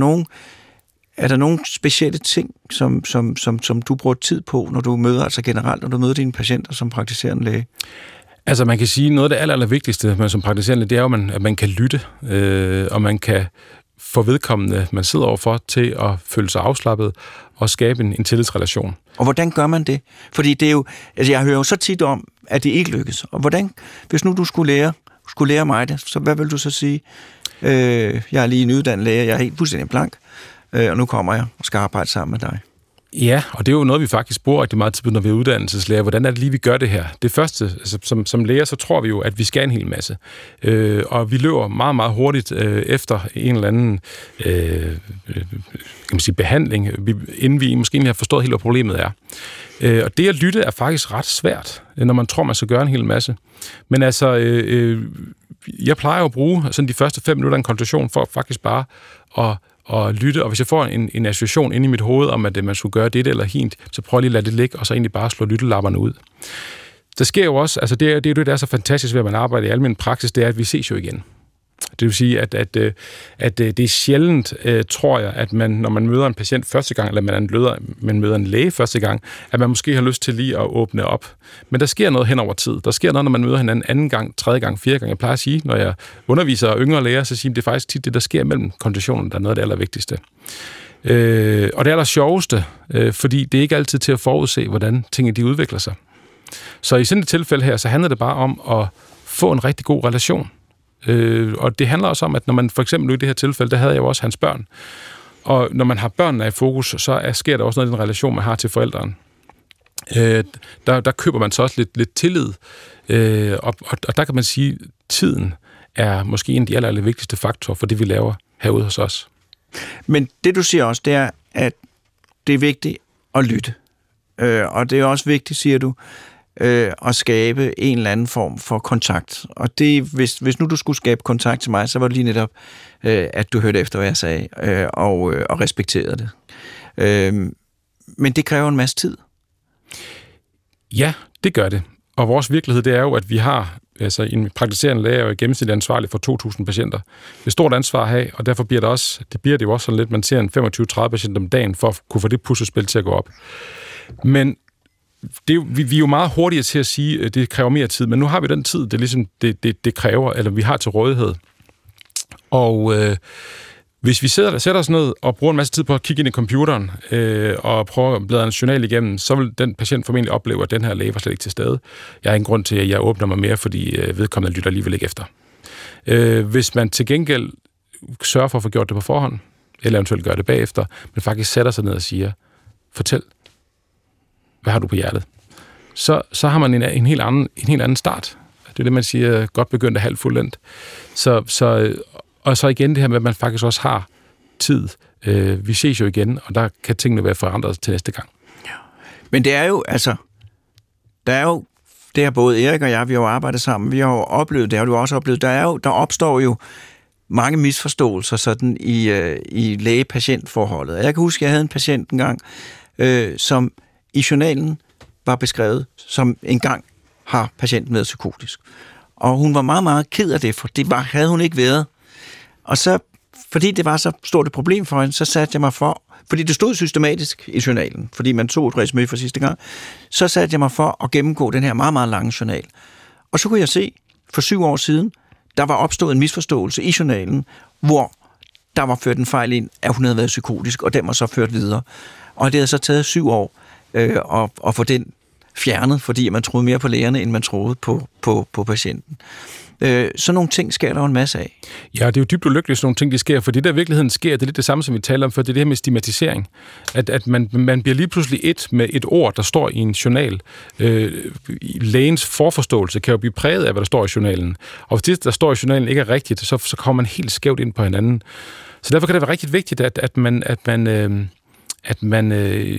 Er der nogle specielle ting, som du bruger tid på, når du møder, altså generelt, når du møder dine patienter som praktiserende læge? Altså man kan sige, noget af det allervigtigste man som praktiserende, det er jo, at man kan lytte, og man kan få vedkommende, man sidder overfor, til at føle sig afslappet og skabe en tillidsrelation. Og hvordan gør man det? Fordi det er jo, altså jeg hører jo så tit om, at det ikke lykkes. Og hvordan, hvis nu du skulle lære mig det, så hvad vil du så sige? Jeg er lige en uddannet læge, jeg er helt fuldstændig blank, og nu kommer jeg og skal arbejde sammen med dig. Ja, og det er jo noget, vi faktisk bruger rigtig meget tid på, når vi er uddannelseslæger. Hvordan er det lige, vi gør det her? Det første, altså, som læger, så tror vi jo, at vi skal en hel masse. Og vi løber meget, meget hurtigt efter en eller anden kan man sige, behandling, inden vi måske egentlig har forstået helt, hvad problemet er. Og det at lytte er faktisk ret svært, når man tror, man skal gøre en hel masse. Men altså, jeg plejer jo at bruge sådan de første 5 minutter af en konsultation for faktisk bare at lytte, og hvis jeg får en association inde i mit hoved om, at man skulle gøre det eller hint, så prøv lige at lade det ligge, og så egentlig bare slå lyttelapperne ud. Der sker jo også, altså det er det, der er så fantastisk ved, at man arbejder i almen praksis, det er, at vi ses jo igen. Det vil sige, at det er sjældent, tror jeg, at man, når man møder en patient første gang, eller man møder en læge første gang, at man måske har lyst til lige at åbne op. Men der sker noget hen over tid. Der sker noget, når man møder hinanden anden gang, tredje gang, fjerde gang. Jeg plejer at sige, når jeg underviser yngre læger, så siger det er faktisk tit det, der sker mellem konditionerne, der er noget af det allervigtigste. Og det er der sjoveste, fordi det er ikke altid til at forudse, hvordan tingene de udvikler sig. Så i sådan et tilfælde her, så handler det bare om at få en rigtig god relation. Og det handler også om, at når man for eksempel i det her tilfælde, der havde jeg jo også hans børn. Og når man har børnene i fokus, så sker der også noget i den relation, man har til forældrene. Der køber man så også lidt tillid. Og der kan man sige, at tiden er måske en af de allervigtigste faktorer for det, vi laver herude hos os. Men det du siger også, det er, at det er vigtigt at lytte. Og det er også vigtigt, siger du, at skabe en eller anden form for kontakt. Og det, hvis nu du skulle skabe kontakt til mig, så var det lige netop, at du hørte efter, hvad jeg sagde, og respekterede det. Men det kræver en masse tid. Ja, det gør det. Og vores virkelighed, det er jo, at vi har, altså en praktiserende læge er jo i gennemsnit ansvarlig for 2.000 patienter. Det er et stort ansvar at have, og derfor bliver det jo også sådan lidt, man ser en 25-30 patienter om dagen, for at kunne få det puslespil til at gå op. Men vi er jo meget hurtigere til at sige, at det kræver mere tid, men nu har vi den tid, det ligesom det kræver, eller vi har til rådighed. Og hvis vi sætter os ned og bruger en masse tid på at kigge ind i computeren og prøve at bladre en journal igennem, så vil den patient formentlig opleve, at den her læge var slet ikke til stede. Jeg har ingen grund til, at jeg åbner mig mere, fordi vedkommende lytter alligevel ikke efter. Hvis man til gengæld sørger for at få gjort det på forhånd, eller eventuelt gør det bagefter, men faktisk sætter sig ned og siger, fortæl, hvad har du på hjertet? Så har man en helt anden start. Det er det, man siger, godt begyndt og halvt fuldendt. Og så igen det her med, at man faktisk også har tid. Vi ses jo igen, og der kan tingene være forandret til næste gang. Ja. Men det er jo, det har både Erik og jeg, vi har jo arbejdet sammen, vi har jo oplevet, det har du også oplevet, der opstår jo mange misforståelser sådan i læge-patient-forholdet. Jeg kan huske, at jeg havde en patient engang, som i journalen var beskrevet, som engang har patienten været psykotisk. Og hun var meget, meget ked af det, for det havde hun ikke været. Og så, fordi det var så stort et problem for hende, så satte jeg mig for, fordi det stod systematisk i journalen, fordi man tog et resumé for sidste gang, så satte jeg mig for at gennemgå den her meget, meget lange journal. Og så kunne jeg se, for 7 år siden, der var opstået en misforståelse i journalen, hvor der var ført en fejl ind, at hun havde været psykotisk, og den var så ført videre. Og det havde så taget 7 år at få den fjernet, fordi man troede mere på lægerne, end man troede på patienten. Sådan nogle ting sker der jo en masse af. Ja, det er jo dybt ulykkeligt, sådan nogle ting, de sker, for det der virkeligheden sker, det er lidt det samme, som vi taler om før, det er det her med stigmatisering. At man bliver lige pludselig med et ord, der står i en journal. Lægens forforståelse kan jo blive præget af, hvad der står i journalen. Og hvis det, der står i journalen, ikke er rigtigt, så kommer man helt skævt ind på hinanden. Så derfor kan det være rigtig vigtigt, at man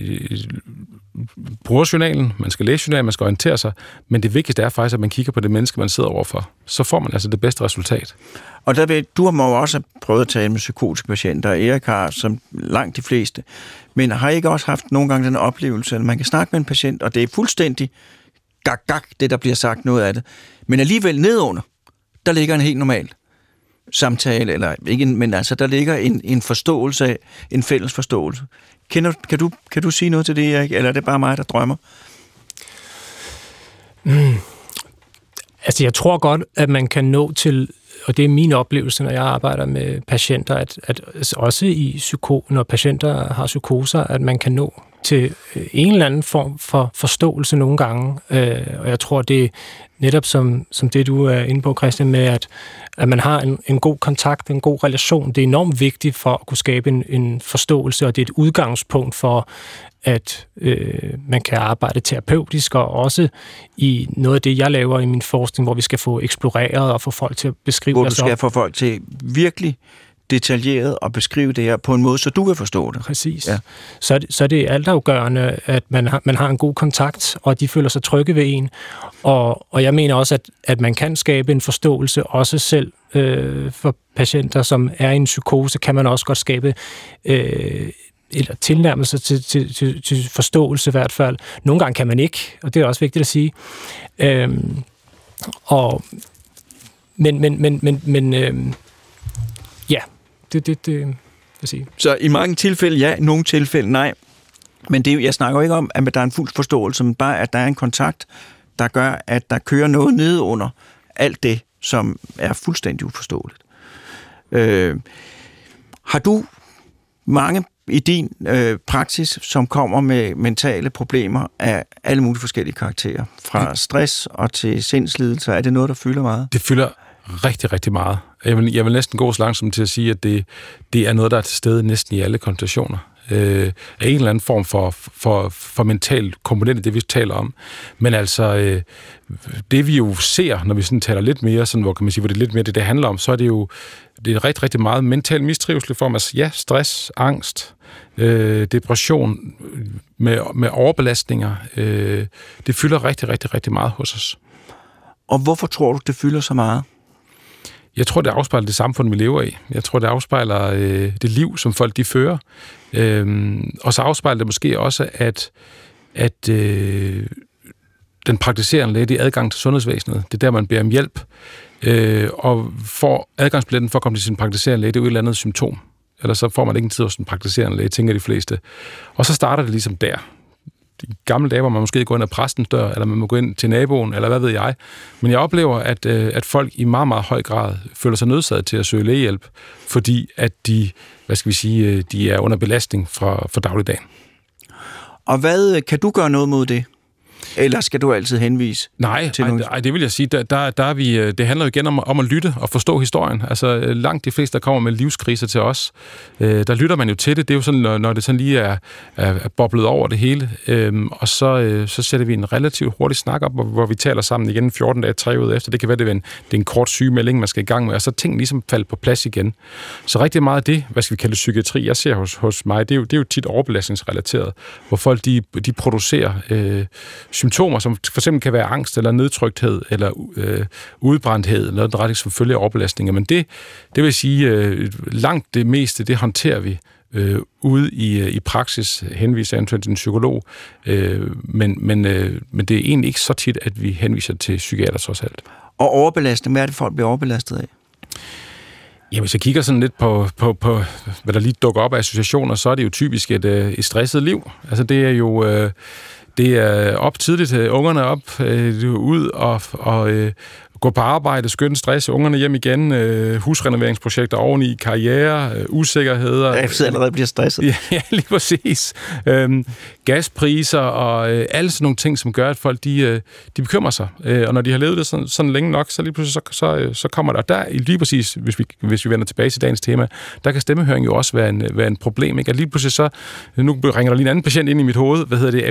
bruger journalen, man skal læse journalen, man skal orientere sig, men det vigtigste er faktisk, at man kigger på det menneske, man sidder overfor. Så får man altså det bedste resultat. Og du har jo også prøvet at tale med psykotiske patienter, og Erik har som langt de fleste, men har ikke også haft nogle gange den oplevelse, at man kan snakke med en patient, og det er fuldstændig gak, det der bliver sagt noget af det, men alligevel nedunder, der ligger en helt normal samtale, eller ikke, men altså der ligger en forståelse, en fælles forståelse. Kan du sige noget til det, Erik, eller er det bare mig, der drømmer? Altså, jeg tror godt, at man kan nå til, og det er min oplevelse, når jeg arbejder med patienter, at også når patienter har psykoser, at man kan nå til en eller anden form for forståelse nogle gange. Og jeg tror, det er netop som det, du er inde på, Christian, med at man har en god kontakt, en god relation. Det er enormt vigtigt for at kunne skabe en forståelse, og det er et udgangspunkt for, at man kan arbejde terapeutisk, og også i noget af det, jeg laver i min forskning, hvor vi skal få eksploreret og få folk til at beskrive hvor du skal få folk til virkelig detaljeret og beskrive det her på en måde, så du kan forstå det. Præcis. Ja. Så er det altafgørende, at man har en god kontakt, og de føler sig trygge ved en. Og jeg mener også, at man kan skabe en forståelse også selv for patienter, som er i en psykose, kan man også godt skabe eller tilnærmelse til forståelse i hvert fald. Nogle gange kan man ikke, og det er også vigtigt at sige. Ja, det vil sige. Så i mange tilfælde ja, i nogle tilfælde nej. Men jeg snakker jo ikke om, at der er en fuld forståelse, men bare, at der er en kontakt, der gør, at der kører noget ned under alt det, som er fuldstændig uforståeligt. Har du mange i din praksis, som kommer med mentale problemer af alle mulige forskellige karakterer? Fra stress og til sindslidelser, er det noget, der fylder meget? Det fylder rigtig, rigtig meget. Jeg vil næsten gå så langsomt til at sige, at det er noget, der er til stede næsten i alle konstellationer. Af en eller anden form for mental komponent, det vi taler om. Men altså, det vi jo ser, når vi sådan taler lidt mere, sådan, hvor kan man sige, hvor det er lidt mere det handler om, så er det jo rigtig, rigtig meget mental mistrivsel for mig. Ja, stress, angst, depression med overbelastninger. Det fylder rigtig, rigtig, rigtig meget hos os. Og hvorfor tror du, det fylder så meget? Jeg tror, det afspejler det samfund, vi lever i. Jeg tror, det afspejler det liv, som folk de fører. Og så afspejler det måske også, at den praktiserende læge, det er adgang til sundhedsvæsenet. Det er der, man beder om hjælp. Og får adgangsbilletten for at komme til sin praktiserende læge, det er jo et eller andet symptom. Eller så får man ikke en tid hos en praktiserende læge, tænker de fleste. Og så starter det ligesom der. I gamle dage, hvor man måske går ind ad præstens dør, eller man må gå ind til naboen, eller hvad ved jeg. Men jeg oplever, at folk i meget, meget høj grad føler sig nødsaget til at søge lægehjælp, fordi at de er under belastning for dagligdagen. Og hvad kan du gøre noget mod det? Eller skal du altid henvise? Nej, det vil jeg sige. Der er vi, det handler jo igen om at lytte og forstå historien. Altså langt de fleste, der kommer med livskriser til os, der lytter man jo til det. Det er jo sådan, når det sådan lige er boblet over det hele. Og så sætter vi en relativt hurtig snak op, hvor vi taler sammen igen 14 dage, 3 uger efter. Det kan være, det er en kort sygemelding, man skal i gang med, og så ting ligesom falder på plads igen. Så rigtig meget af det, hvad skal vi kalde det, psykiatri, jeg ser hos mig, det er jo tit overbelastningsrelateret, hvor folk de producerer symptomer, som for eksempel kan være angst eller nedtrykthed eller udbrændthed eller noget retning som følge af overbelastninger. Men det vil sige, langt det meste, det håndterer vi ude i praksis, henviser eventuelt til en psykolog, men det er egentlig ikke så tit, at vi henviser til psykiater trods alt. Og overbelastning, hvad er det, folk bliver overbelastet af? Jamen, hvis jeg kigger sådan lidt på hvad der lige dukker op af associationer, så er det jo typisk et stresset liv. Altså det er jo det er op tidligt, ungerne op, ud og gå på arbejde, skønne stress, ungerne hjem igen, husrenoveringsprojekter oveni, karriere, usikkerheder. Jeg sidder allerede bliver stresset. Ja, lige præcis. Gaspriser og alle sådan nogle ting, som gør, at folk de bekymrer sig. Og når de har levet det sådan længe nok, så lige pludselig så kommer der. Og der lige præcis, hvis vi vender tilbage til dagens tema, der kan stemmehøring jo også være en problem. Ikke? At lige pludselig så, nu ringer der lige en anden patient ind i mit hoved,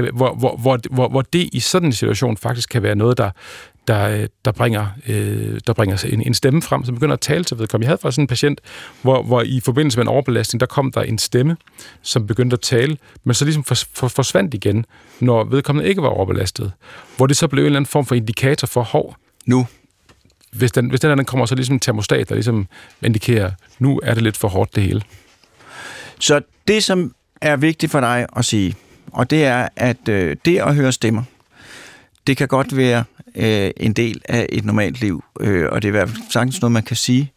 hvor det i sådan en situation faktisk kan være noget, der bringer en stemme frem, som begynder at tale til vedkommende. Jeg havde faktisk sådan en patient, hvor i forbindelse med en overbelastning, der kom der en stemme, som begyndte at tale, men så ligesom forsvandt igen, når vedkommende ikke var overbelastet. Hvor det så blev en eller anden form for indikator for, nu. Hvis den kommer så ligesom en termostat, der ligesom indikerer, nu er det lidt for hårdt det hele. Så det, som er vigtigt for dig at sige, og det er, at det at høre stemmer, det kan godt være en del af et normalt liv, og det er i hvert fald sagtens noget, man kan sige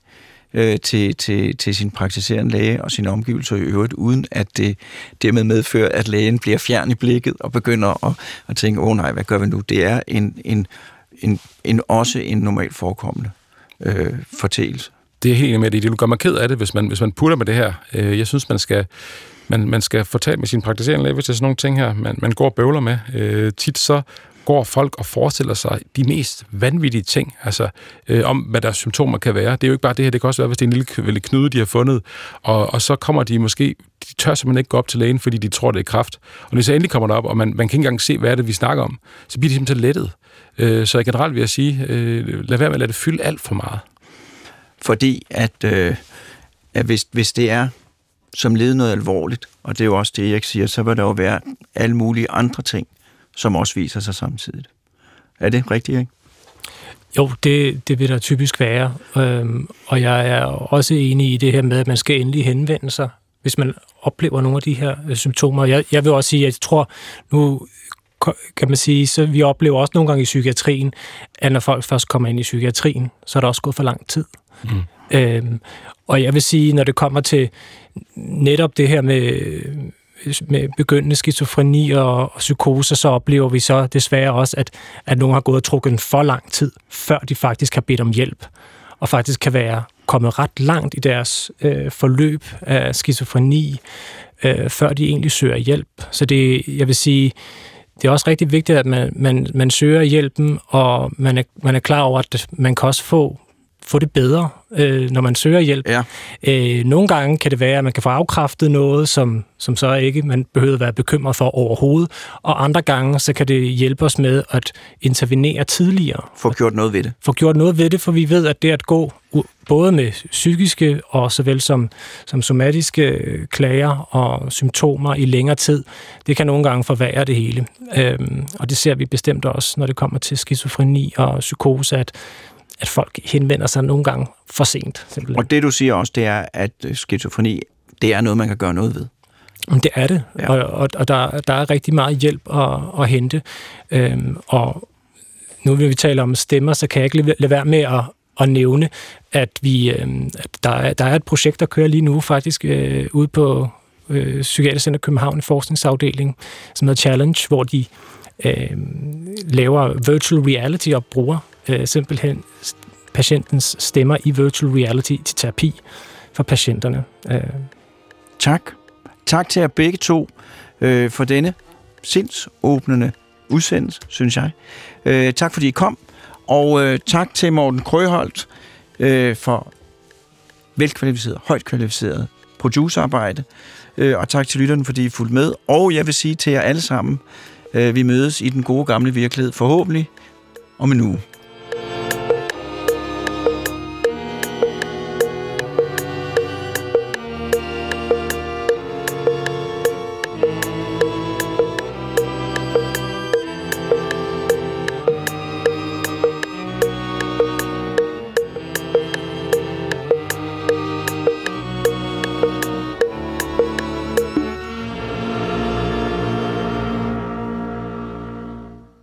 til sin praktiserende læge og sine omgivelser i øvrigt, uden at det dermed medfører, at lægen bliver fjern i blikket og begynder at tænke, nej, hvad gør vi nu? Det er også en normalt forekommende fortælelse. Det er helt enig med det. Du gør mig ked af det, hvis man putter med det her. Jeg synes, man skal få talt med sin praktiserende læge, hvis det er sådan nogle ting her, man går og bøvler med. Tit så går folk og forestiller sig de mest vanvittige ting, altså om, hvad deres symptomer kan være. Det er jo ikke bare det her, det kan også være, hvis det er en lille knude, de har fundet, og så kommer de måske, de tør simpelthen ikke gå op til lægen, fordi de tror, det er kræft. Og når de så endelig kommer derop, og man kan ikke engang se, hvad er det, vi snakker om, så bliver de simpelthen lettet. Så generelt vil jeg sige, lad være med at lade det fylde alt for meget. Fordi at hvis det er som led noget alvorligt, og det er jo også det, jeg siger, så vil der jo være alle mulige andre ting, som også viser sig samtidig. Er det rigtigt, ikke? Jo, det vil der typisk være. Og jeg er også enig i det her med, at man skal endelig henvende sig, hvis man oplever nogle af de her symptomer. Jeg vil også sige, at jeg tror, nu kan man sige, så vi oplever også nogle gange i psykiatrien, at når folk først kommer ind i psykiatrien, så er der også gået for lang tid. Og jeg vil sige, når det kommer til netop det her med begyndende skizofreni og psykose, så oplever vi så desværre også, at nogen har gået og trukket for lang tid, før de faktisk har bedt om hjælp, og faktisk kan være kommet ret langt i deres forløb af skizofreni, før de egentlig søger hjælp. Så jeg vil sige, det er også rigtig vigtigt, at man søger hjælpen, og man er klar over, at man kan også få få det bedre, når man søger hjælp. Ja. Nogle gange kan det være, at man kan få afkræftet noget, som så ikke man behøver at være bekymret for overhovedet, og andre gange, så kan det hjælpe os med at intervenere tidligere. Få gjort noget ved det. Få gjort noget ved det, for vi ved, at det at gå både med psykiske og såvel som somatiske klager og symptomer i længere tid, det kan nogle gange forværre det hele. Og det ser vi bestemt også, når det kommer til skizofreni og psykose, at folk henvender sig nogle gange for sent. Simpelthen. Og det, du siger også, det er, at skizofreni, det er noget, man kan gøre noget ved. Det er det, ja. Og der er rigtig meget hjælp at hente. Og nu vil vi tale om stemmer, så kan jeg ikke lade være med at nævne, at der er et projekt, der kører lige nu faktisk ude på Psykiatrisk Center København, en forskningsafdeling, som hedder Challenge, hvor de laver virtual reality og bruger simpelthen patientens stemmer i virtual reality til terapi for patienterne. Tak. Tak til jer begge to for denne sindsåbnende udsendelse, synes jeg. Tak fordi I kom, og tak til Morten Krøholt for velkvalificeret, højt kvalificeret producerarbejde, og tak til lytterne, fordi I fulgte med. Og jeg vil sige til jer alle sammen, vi mødes i den gode gamle virkelighed, forhåbentlig om en uge.